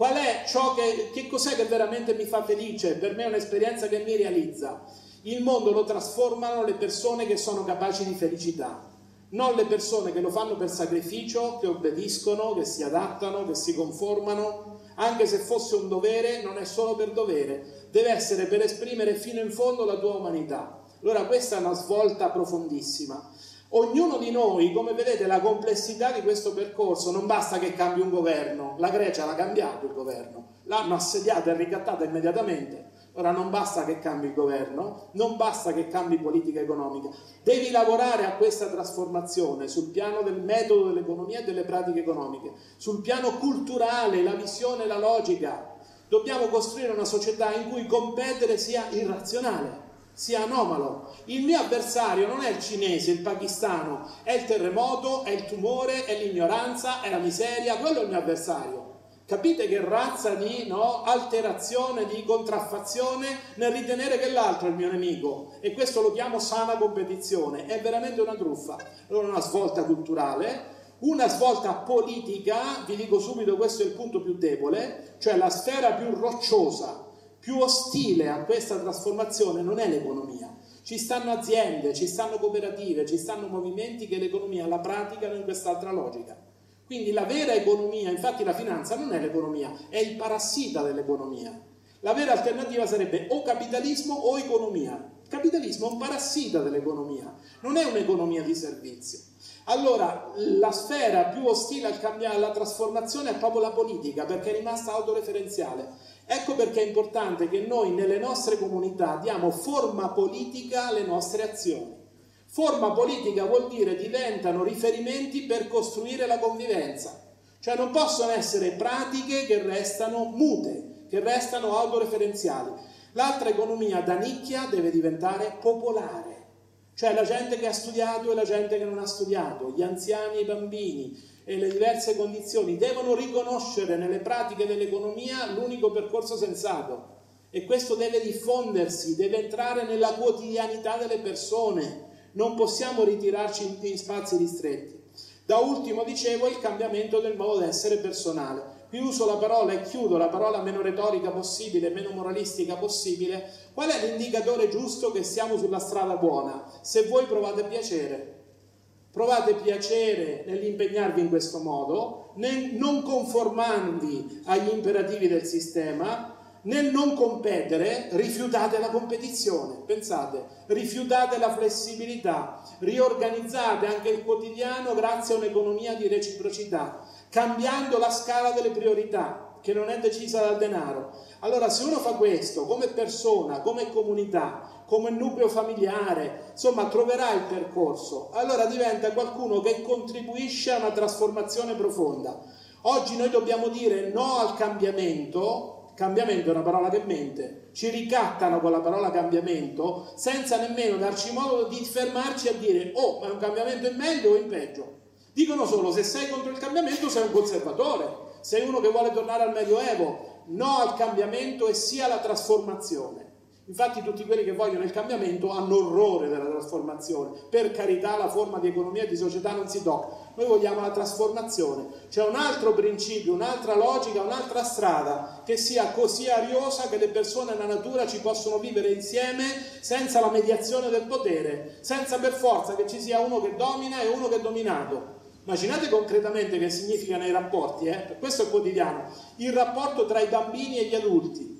Qual è ciò che, che cos'è che veramente mi fa felice? Per me è un'esperienza che mi realizza. Il mondo lo trasformano le persone che sono capaci di felicità, non le persone che lo fanno per sacrificio, che obbediscono, che si adattano, che si conformano. Anche se fosse un dovere, non è solo per dovere, deve essere per esprimere fino in fondo la tua umanità. Allora questa è una svolta profondissima. Ognuno di noi, come vedete, la complessità di questo percorso, non basta che cambi un governo. La Grecia l'ha cambiato il governo, l'hanno assediata e ricattata immediatamente. Ora non basta che cambi il governo, non basta che cambi politica economica, devi lavorare a questa trasformazione sul piano del metodo dell'economia e delle pratiche economiche, sul piano culturale, la visione, la logica. Dobbiamo costruire una società in cui competere sia irrazionale, sia anomalo. Il mio avversario non è il cinese, il pakistano, è il terremoto, è il tumore, è l'ignoranza, è la miseria, quello è il mio avversario. Capite che razza di no, alterazione, di contraffazione nel ritenere che l'altro è il mio nemico, e questo lo chiamo sana competizione, è veramente una truffa. Allora una svolta culturale, una svolta politica, vi dico subito questo è il punto più debole, cioè la sfera più rocciosa, più ostile a questa trasformazione non è l'economia. Ci stanno aziende, ci stanno cooperative, ci stanno movimenti che l'economia la praticano in quest'altra logica. Quindi la vera economia, infatti la finanza non è l'economia, è il parassita dell'economia. La vera alternativa sarebbe o capitalismo o economia. Il capitalismo è un parassita dell'economia, non è un'economia di servizio. Allora la sfera più ostile al cambiare, alla trasformazione è proprio la politica, perché è rimasta autoreferenziale. Ecco perché è importante che noi nelle nostre comunità diamo forma politica alle nostre azioni. Forma politica vuol dire diventano riferimenti per costruire la convivenza, cioè non possono essere pratiche che restano mute, che restano autoreferenziali. L'altra economia da nicchia deve diventare popolare, cioè la gente che ha studiato e la gente che non ha studiato, gli anziani e i bambini e le diverse condizioni devono riconoscere nelle pratiche dell'economia l'unico percorso sensato, e questo deve diffondersi, deve entrare nella quotidianità delle persone. Non possiamo ritirarci in, in spazi ristretti. Da ultimo dicevo il cambiamento del modo di essere personale. Qui uso la parola e chiudo la parola meno retorica possibile, meno moralistica possibile. Qual è l'indicatore giusto che siamo sulla strada buona? Se voi provate piacere, provate piacere nell'impegnarvi in questo modo, nel non conformarvi agli imperativi del sistema. Nel non competere rifiutate la competizione, pensate, rifiutate la flessibilità, riorganizzate anche il quotidiano grazie a un'economia di reciprocità, cambiando la scala delle priorità che non è decisa dal denaro. Allora se uno fa questo come persona, come comunità, come nucleo familiare, insomma troverà il percorso, allora diventa qualcuno che contribuisce a una trasformazione profonda. Oggi noi dobbiamo dire no al cambiamento. Cambiamento è una parola che mente, ci ricattano con la parola cambiamento senza nemmeno darci modo di fermarci a dire oh, ma è un cambiamento in meglio o in peggio. Dicono solo se sei contro il cambiamento sei un conservatore, sei uno che vuole tornare al Medioevo. No al cambiamento e sì alla trasformazione. Infatti tutti quelli che vogliono il cambiamento hanno orrore della trasformazione. Per carità, la forma di economia e di società non si tocca. Noi vogliamo la trasformazione. C'è un altro principio, un'altra logica, un'altra strada che sia così ariosa che le persone e la natura ci possono vivere insieme senza la mediazione del potere, senza per forza che ci sia uno che domina e uno che è dominato. Immaginate concretamente che significa nei rapporti, eh? Questo è quotidiano, il rapporto tra i bambini e gli adulti,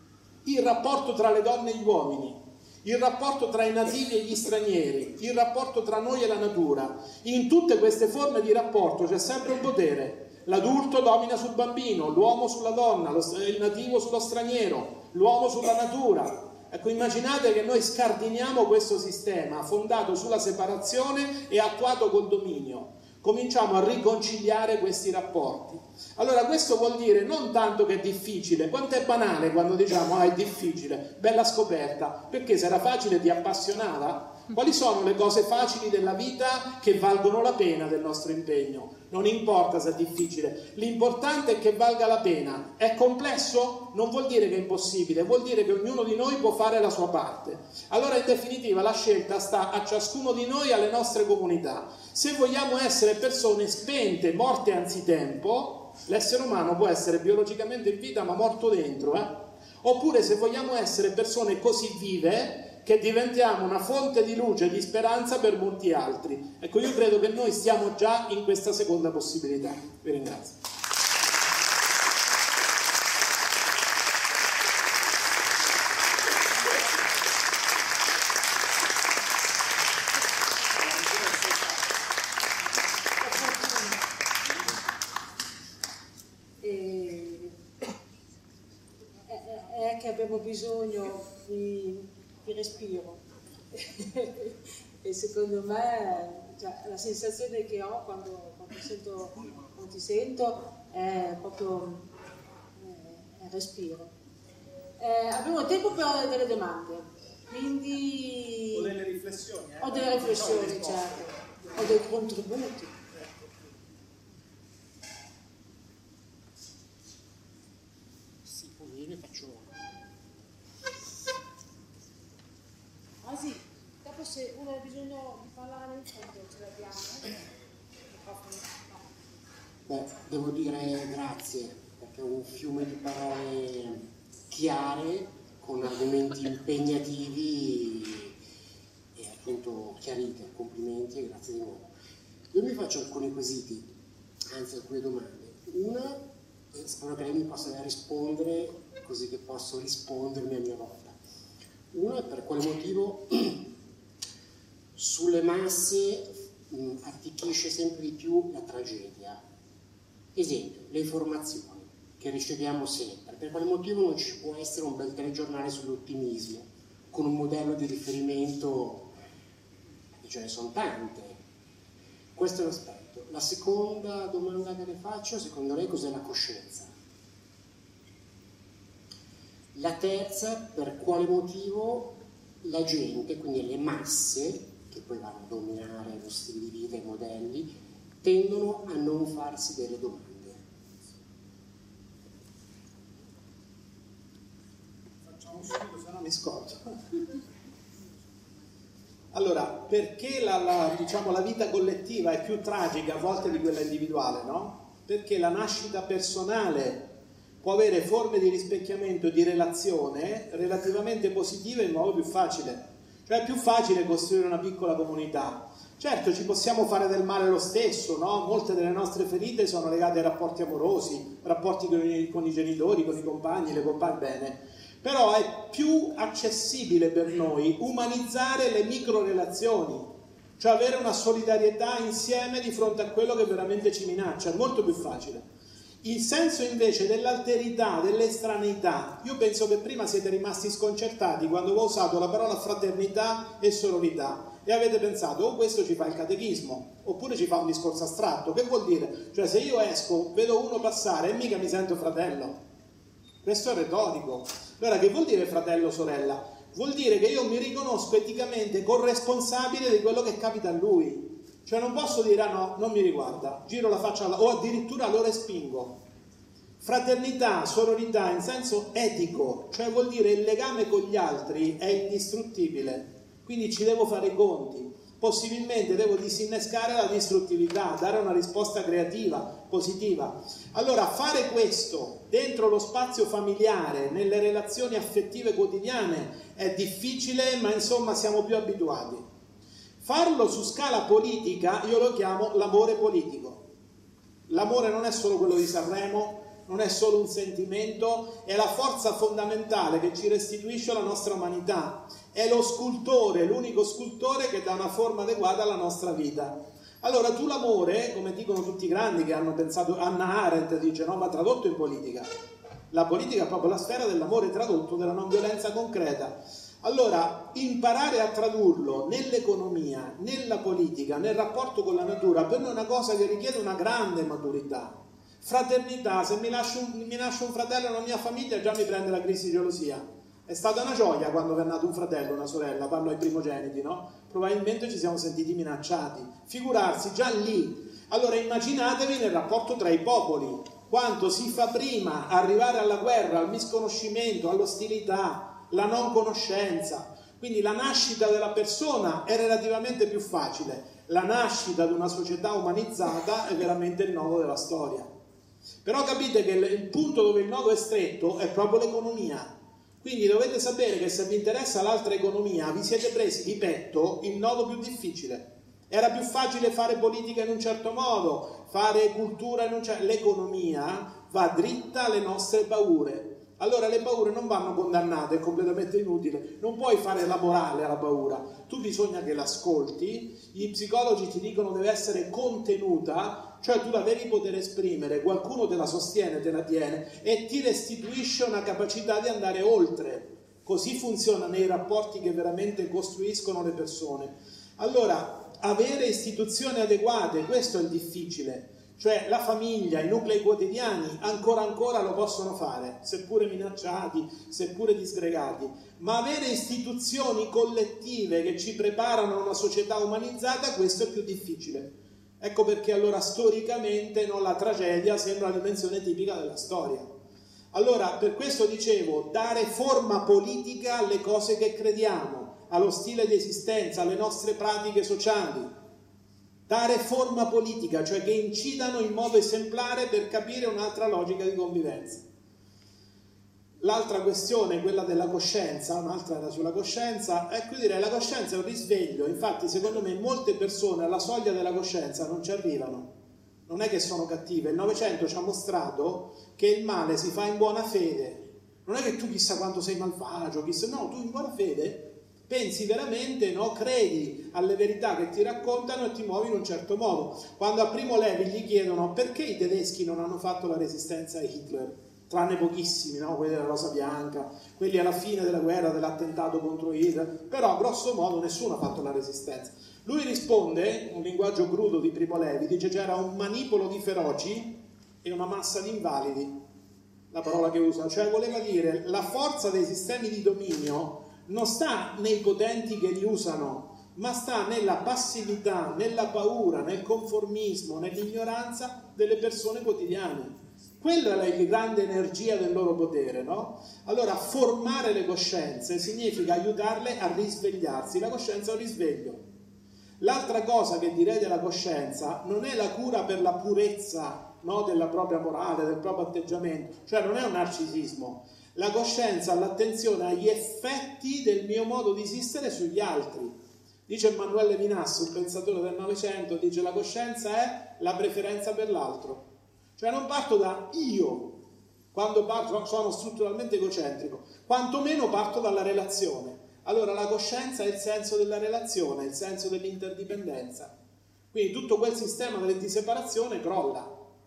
il rapporto tra le donne e gli uomini, il rapporto tra i nativi e gli stranieri, il rapporto tra noi e la natura. In tutte queste forme di rapporto c'è sempre un potere. L'adulto domina sul bambino, l'uomo sulla donna, lo, il nativo sullo straniero, l'uomo sulla natura. Ecco, immaginate che noi scardiniamo questo sistema fondato sulla separazione e attuato col dominio. Cominciamo a riconciliare questi rapporti. Allora questo vuol dire non tanto che è difficile, quanto è banale quando diciamo ah è difficile, bella scoperta, perché se era facile ti appassionava? Quali sono le cose facili della vita che valgono la pena del nostro impegno? Non importa se è difficile, l'importante è che valga la pena. È complesso? Non vuol dire che è impossibile, vuol dire che ognuno di noi può fare la sua parte. Allora in definitiva la scelta sta a ciascuno di noi e alle nostre comunità. Se vogliamo essere persone spente, morte anzitempo, no, l'essere umano può essere biologicamente in vita ma morto dentro, eh? Oppure se vogliamo essere persone così vive che diventiamo una fonte di luce e di speranza per molti altri. Ecco, io credo che noi stiamo già in questa seconda possibilità. Vi ringrazio. È che abbiamo bisogno di, di respiro e secondo me, cioè, la sensazione che ho quando, quando, sento, quando ti sento è proprio eh, è respiro. Eh, abbiamo tempo per delle domande, quindi o delle riflessioni, eh? o delle riflessioni, certo, o dei contributi. Sì, poi io ne faccio. Ah sì, dopo se uno ha bisogno di parlare nel fondo ce l'abbiamo. Beh, devo dire grazie, perché è un fiume di parole chiare, con argomenti impegnativi e appunto chiarite. Complimenti e grazie di nuovo. Io mi faccio alcuni quesiti, anzi alcune domande. Una, e spero che lei mi possa rispondere così che posso rispondermi a mia volta. Una è per quale motivo sulle masse mh, atticchisce sempre di più la tragedia. Esempio, le informazioni che riceviamo sempre. Per quale motivo non ci può essere un bel telegiornale sull'ottimismo, con un modello di riferimento, e ce ne sono tante. Questo è l'aspetto. La seconda domanda che le faccio, secondo lei cos'è la coscienza? La terza, per quale motivo la gente, quindi le masse, che poi vanno a dominare lo stile di vita e i modelli, tendono a non farsi delle domande. Facciamo subito, se no mi scordo. Allora, perché la, la, diciamo, la vita collettiva è più tragica a volte di quella individuale, no? Perché la nascita personale può avere forme di rispecchiamento e di relazione relativamente positive in modo più facile. Cioè è più facile costruire una piccola comunità. Certo, ci possiamo fare del male lo stesso, no? Molte delle nostre ferite sono legate ai rapporti amorosi, rapporti con i, con i genitori, con i compagni, le compagne, bene. Però è più accessibile per noi umanizzare le micro relazioni, cioè avere una solidarietà insieme di fronte a quello che veramente ci minaccia, è molto più facile. Il senso invece dell'alterità, dell'estraneità, io penso che prima siete rimasti sconcertati quando ho usato la parola fraternità e sororità e avete pensato, oh, questo ci fa il catechismo, oppure ci fa un discorso astratto. Che vuol dire? Cioè se io esco, vedo uno passare e mica mi sento fratello. Questo è retorico. Allora che vuol dire fratello o sorella? Vuol dire che io mi riconosco eticamente corresponsabile di quello che capita a lui. Cioè non posso dire, ah no, non mi riguarda, giro la faccia alla... o addirittura lo respingo. Fraternità, sororità in senso etico, cioè vuol dire il legame con gli altri è indistruttibile, quindi ci devo fare i conti. Possibilmente devo disinnescare la distruttività, dare una risposta creativa, positiva. Allora fare questo dentro lo spazio familiare, nelle relazioni affettive quotidiane è difficile, ma insomma siamo più abituati. Farlo su scala politica io lo chiamo l'amore politico. L'amore non è solo quello di Sanremo, non è solo un sentimento, è la forza fondamentale che ci restituisce la nostra umanità. È lo scultore, l'unico scultore che dà una forma adeguata alla nostra vita. Allora tu l'amore, come dicono tutti i grandi che hanno pensato, Hannah Arendt dice, no, va tradotto in politica. La politica è proprio la sfera dell'amore tradotto, della non violenza concreta. Allora, imparare a tradurlo nell'economia, nella politica, nel rapporto con la natura, per noi è una cosa che richiede una grande maturità. Fraternità, se mi lascio un, mi lascio un fratello nella mia famiglia già mi prende la crisi di gelosia. È stata una gioia quando è nato un fratello, una sorella, parlo ai primogeniti, no? Probabilmente ci siamo sentiti minacciati. Figurarsi, già lì. Allora immaginatevi nel rapporto tra i popoli, quanto si fa prima arrivare alla guerra, al misconoscimento, all'ostilità, la non conoscenza. Quindi la nascita della persona è relativamente più facile, la nascita di una società umanizzata è veramente il nodo della storia. Però capite che il, il punto dove il nodo è stretto è proprio l'economia. Quindi dovete sapere che se vi interessa l'altra economia vi siete presi di petto il nodo più difficile. Era più facile fare politica in un certo modo, fare cultura in un certo... L'economia va dritta alle nostre paure. Allora le paure non vanno condannate, è completamente inutile. Non puoi fare la morale alla paura. Tu bisogna che l'ascolti. Gli psicologi ti dicono deve essere contenuta, cioè tu la devi poter esprimere, qualcuno te la sostiene, te la tiene e ti restituisce una capacità di andare oltre. Così funziona nei rapporti che veramente costruiscono le persone. Allora, avere istituzioni adeguate, questo è il difficile. Cioè la famiglia, i nuclei quotidiani ancora ancora lo possono fare, seppure minacciati, seppure disgregati, ma avere istituzioni collettive che ci preparano a una società umanizzata, questo è più difficile. Ecco perché allora storicamente no, la tragedia sembra la dimensione tipica della storia. Allora per questo dicevo, dare forma politica alle cose che crediamo, allo stile di esistenza, alle nostre pratiche sociali. Dare forma politica, cioè che incidano in modo esemplare per capire un'altra logica di convivenza. L'altra questione, quella della coscienza, un'altra era sulla coscienza, ecco direi la coscienza è un risveglio, infatti secondo me molte persone alla soglia della coscienza non ci arrivano, non è che sono cattive, il Novecento ci ha mostrato che il male si fa in buona fede, non è che tu chissà quanto sei malvagio, chissà, no, tu in buona fede pensi veramente, no? Credi alle verità che ti raccontano e ti muovi in un certo modo. Quando a Primo Levi gli chiedono perché i tedeschi non hanno fatto la resistenza a Hitler, tranne pochissimi, no? Quelli della Rosa Bianca, quelli alla fine della guerra dell'attentato contro Hitler, però grosso modo nessuno ha fatto la resistenza. Lui risponde, un linguaggio crudo di Primo Levi, dice c'era un manipolo di feroci e una massa di invalidi, la parola che usa, cioè voleva dire la forza dei sistemi di dominio non sta nei potenti che li usano, ma sta nella passività, nella paura, nel conformismo, nell'ignoranza delle persone quotidiane. Quella è la grande energia del loro potere, no? Allora, formare le coscienze significa aiutarle a risvegliarsi. La coscienza è un risveglio. L'altra cosa che direi della coscienza non è la cura per la purezza, no, della propria morale, del proprio atteggiamento, cioè non è un narcisismo. La coscienza ha l'attenzione agli effetti del mio modo di esistere sugli altri. Dice Emmanuel Levinas, un pensatore del Novecento, dice la coscienza è la preferenza per l'altro. Cioè non parto da io, quando parto sono strutturalmente egocentrico, quantomeno parto dalla relazione. Allora la coscienza è il senso della relazione, il senso dell'interdipendenza. Quindi tutto quel sistema di separazione crolla.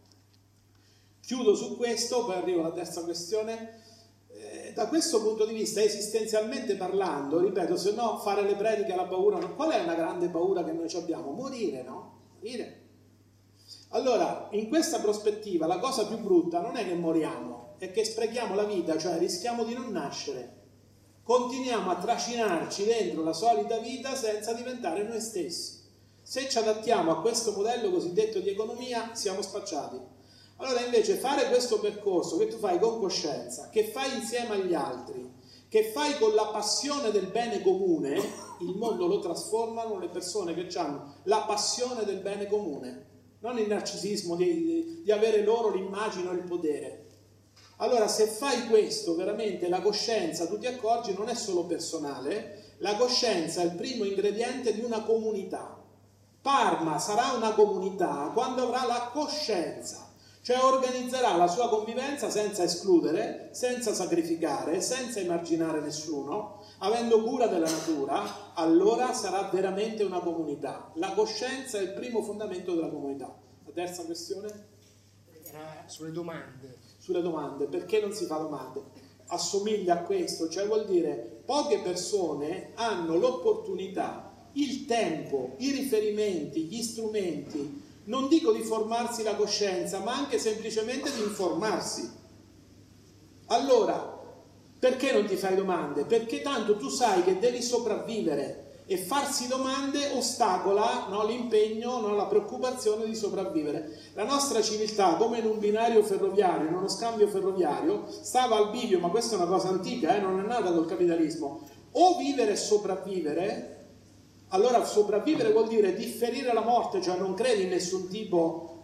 Chiudo su questo, poi arrivo alla terza questione. Da questo punto di vista, esistenzialmente parlando, ripeto, se no fare le prediche alla paura, no? Qual è una grande paura che noi abbiamo? Morire, no? Morire. Allora, in questa prospettiva, la cosa più brutta non è che moriamo, è che sprechiamo la vita, cioè rischiamo di non nascere. Continuiamo a trascinarci dentro la solita vita senza diventare noi stessi. Se ci adattiamo a questo modello cosiddetto di economia, siamo spacciati. Allora invece fare questo percorso che tu fai con coscienza, che fai insieme agli altri, che fai con la passione del bene comune, il mondo lo trasformano le persone che hanno la passione del bene comune, non il narcisismo di, di, di avere loro l'immagine o il potere. Allora se fai questo, veramente la coscienza, tu ti accorgi, non è solo personale, la coscienza è il primo ingrediente di una comunità. Parma sarà una comunità quando avrà la coscienza. Cioè organizzerà la sua convivenza senza escludere, senza sacrificare, senza emarginare nessuno, avendo cura della natura, allora sarà veramente una comunità. La coscienza è il primo fondamento della comunità. La terza questione? Era sulle domande. Sulle domande. Perché non si fa domande? Assomiglia a questo, cioè vuol dire poche persone hanno l'opportunità, il tempo, i riferimenti, gli strumenti, non dico di formarsi la coscienza, ma anche semplicemente di informarsi. Allora, perché non ti fai domande? Perché tanto tu sai che devi sopravvivere e farsi domande ostacola, no, l'impegno, no, la preoccupazione di sopravvivere. La nostra civiltà, come in un binario ferroviario, in uno scambio ferroviario, stava al bivio, ma questa è una cosa antica, eh, non è nata col capitalismo. O vivere e sopravvivere. Allora sopravvivere vuol dire differire la morte, cioè non credi in nessun tipo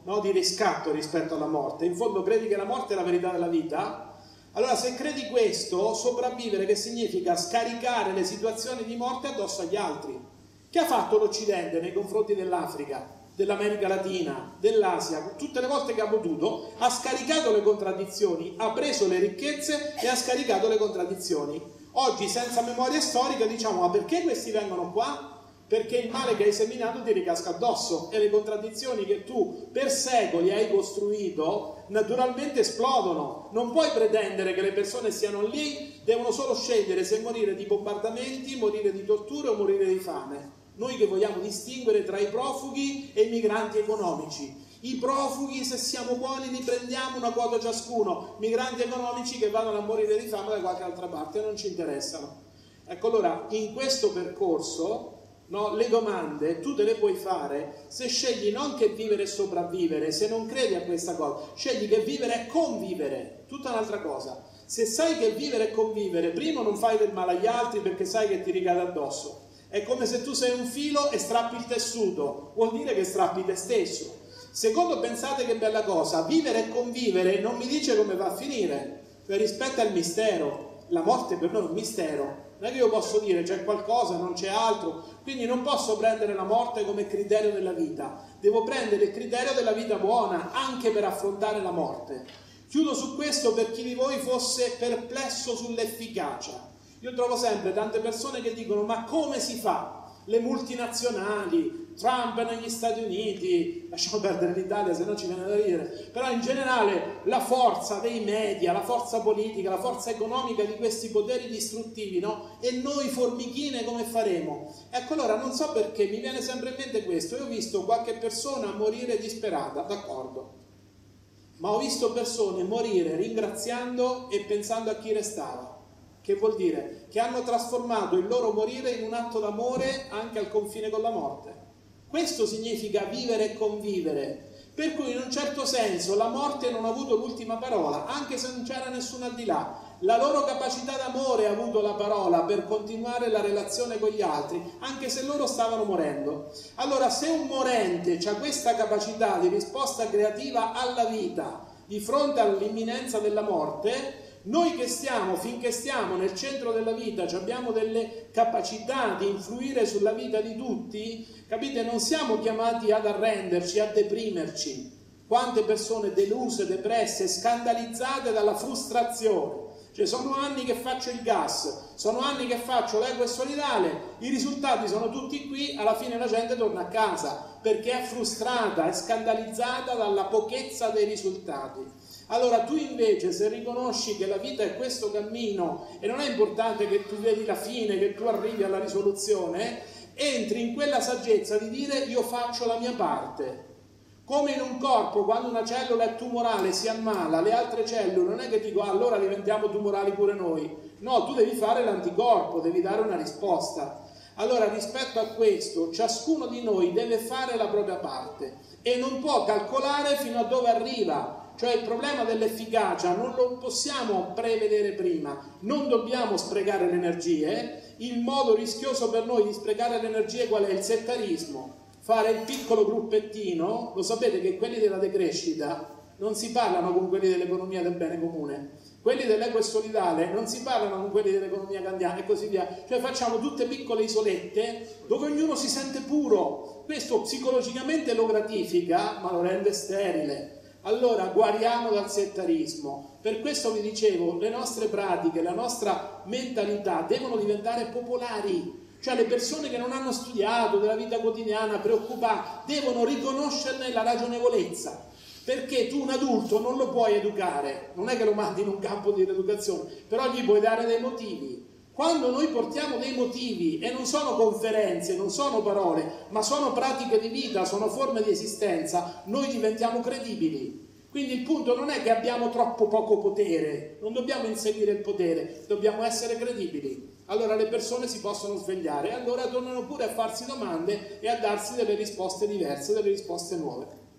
no, di riscatto rispetto alla morte. In fondo credi che la morte è la verità della vita? Allora se credi questo, sopravvivere che significa scaricare le situazioni di morte addosso agli altri. Che ha fatto l'Occidente nei confronti dell'Africa, dell'America Latina, dell'Asia? Tutte le volte che ha potuto ha scaricato le contraddizioni, ha preso le ricchezze e ha scaricato le contraddizioni. Oggi senza memoria storica diciamo: ma perché questi vengono qua? Perché il male che hai seminato ti ricasca addosso e le contraddizioni che tu per secoli hai costruito naturalmente esplodono. Non puoi pretendere che le persone siano lì, devono solo scegliere se morire di bombardamenti, morire di torture o morire di fame. Noi che vogliamo distinguere tra i profughi e i migranti economici. I profughi, se siamo buoni, li prendiamo una quota ciascuno. Migranti economici che vanno a morire di fame da qualche altra parte, non ci interessano. Ecco, allora, in questo percorso, no, le domande tu te le puoi fare se scegli non che vivere e sopravvivere, se non credi a questa cosa, scegli che vivere è convivere, tutta un'altra cosa. Se sai che vivere è convivere, primo non fai del male agli altri perché sai che ti ricade addosso. È come se tu sei un filo e strappi il tessuto, vuol dire che strappi te stesso. Secondo, pensate che bella cosa, vivere e convivere non mi dice come va a finire, cioè rispetto al mistero. La morte per noi è un mistero, non è che io posso dire c'è qualcosa, non c'è altro, quindi non posso prendere la morte come criterio della vita, devo prendere il criterio della vita buona anche per affrontare la morte. Chiudo su questo per chi di voi fosse perplesso sull'efficacia. Io trovo sempre tante persone che dicono: ma come si fa? Le multinazionali, Trump negli Stati Uniti, lasciamo perdere l'Italia se no ci viene da ridere, però in generale la forza dei media, la forza politica, la forza economica di questi poteri distruttivi, no? E noi formichine come faremo? Ecco, allora non so perché mi viene sempre in mente questo. Io ho visto qualche persona morire disperata, d'accordo, ma ho visto persone morire ringraziando e pensando a chi restava. Che vuol dire? Che hanno trasformato il loro morire in un atto d'amore anche al confine con la morte. Questo significa vivere e convivere. Per cui in un certo senso la morte non ha avuto l'ultima parola, anche se non c'era nessuno al di là. La loro capacità d'amore ha avuto la parola per continuare la relazione con gli altri, anche se loro stavano morendo. Allora, se un morente ha questa capacità di risposta creativa alla vita di fronte all'imminenza della morte, noi che stiamo, finché stiamo nel centro della vita, abbiamo delle capacità di influire sulla vita di tutti, capite? Non siamo chiamati ad arrenderci, a deprimerci. Quante persone deluse, depresse, scandalizzate dalla frustrazione. Cioè, sono anni che faccio il gas, sono anni che faccio l'equo e solidale, i risultati sono tutti qui, alla fine la gente torna a casa perché è frustrata, è scandalizzata dalla pochezza dei risultati. Allora tu invece, se riconosci che la vita è questo cammino e non è importante che tu vedi la fine, che tu arrivi alla risoluzione, entri in quella saggezza di dire: io faccio la mia parte. Come in un corpo, quando una cellula è tumorale si ammala, le altre cellule non è che dico: ah, allora diventiamo tumorali pure noi. No, tu devi fare l'anticorpo, devi dare una risposta. Allora, rispetto a questo, ciascuno di noi deve fare la propria parte e non può calcolare fino a dove arriva. Cioè, il problema dell'efficacia non lo possiamo prevedere prima, non dobbiamo sprecare le energie. Il modo rischioso per noi di sprecare le energie qual è? Il settarismo. Fare il piccolo gruppettino. Lo sapete che quelli della decrescita non si parlano con quelli dell'economia del bene comune, quelli dell'equo e solidale non si parlano con quelli dell'economia kantiana e così via. Cioè facciamo tutte piccole isolette dove ognuno si sente puro. Questo psicologicamente lo gratifica, ma lo rende sterile. Allora guariamo dal settarismo. Per questo vi dicevo, le nostre pratiche, la nostra mentalità devono diventare popolari. Cioè le persone che non hanno studiato della vita quotidiana, preoccupate, devono riconoscerne la ragionevolezza. Perché tu un adulto non lo puoi educare, non è che lo mandi in un campo di rieducazione, però gli puoi dare dei motivi. Quando noi portiamo dei motivi, e non sono conferenze, non sono parole, ma sono pratiche di vita, sono forme di esistenza, noi diventiamo credibili. Quindi il punto non è che abbiamo troppo poco potere, non dobbiamo inseguire il potere, dobbiamo essere credibili. Allora le persone si possono svegliare, allora tornano pure a farsi domande e a darsi delle risposte diverse, delle risposte nuove.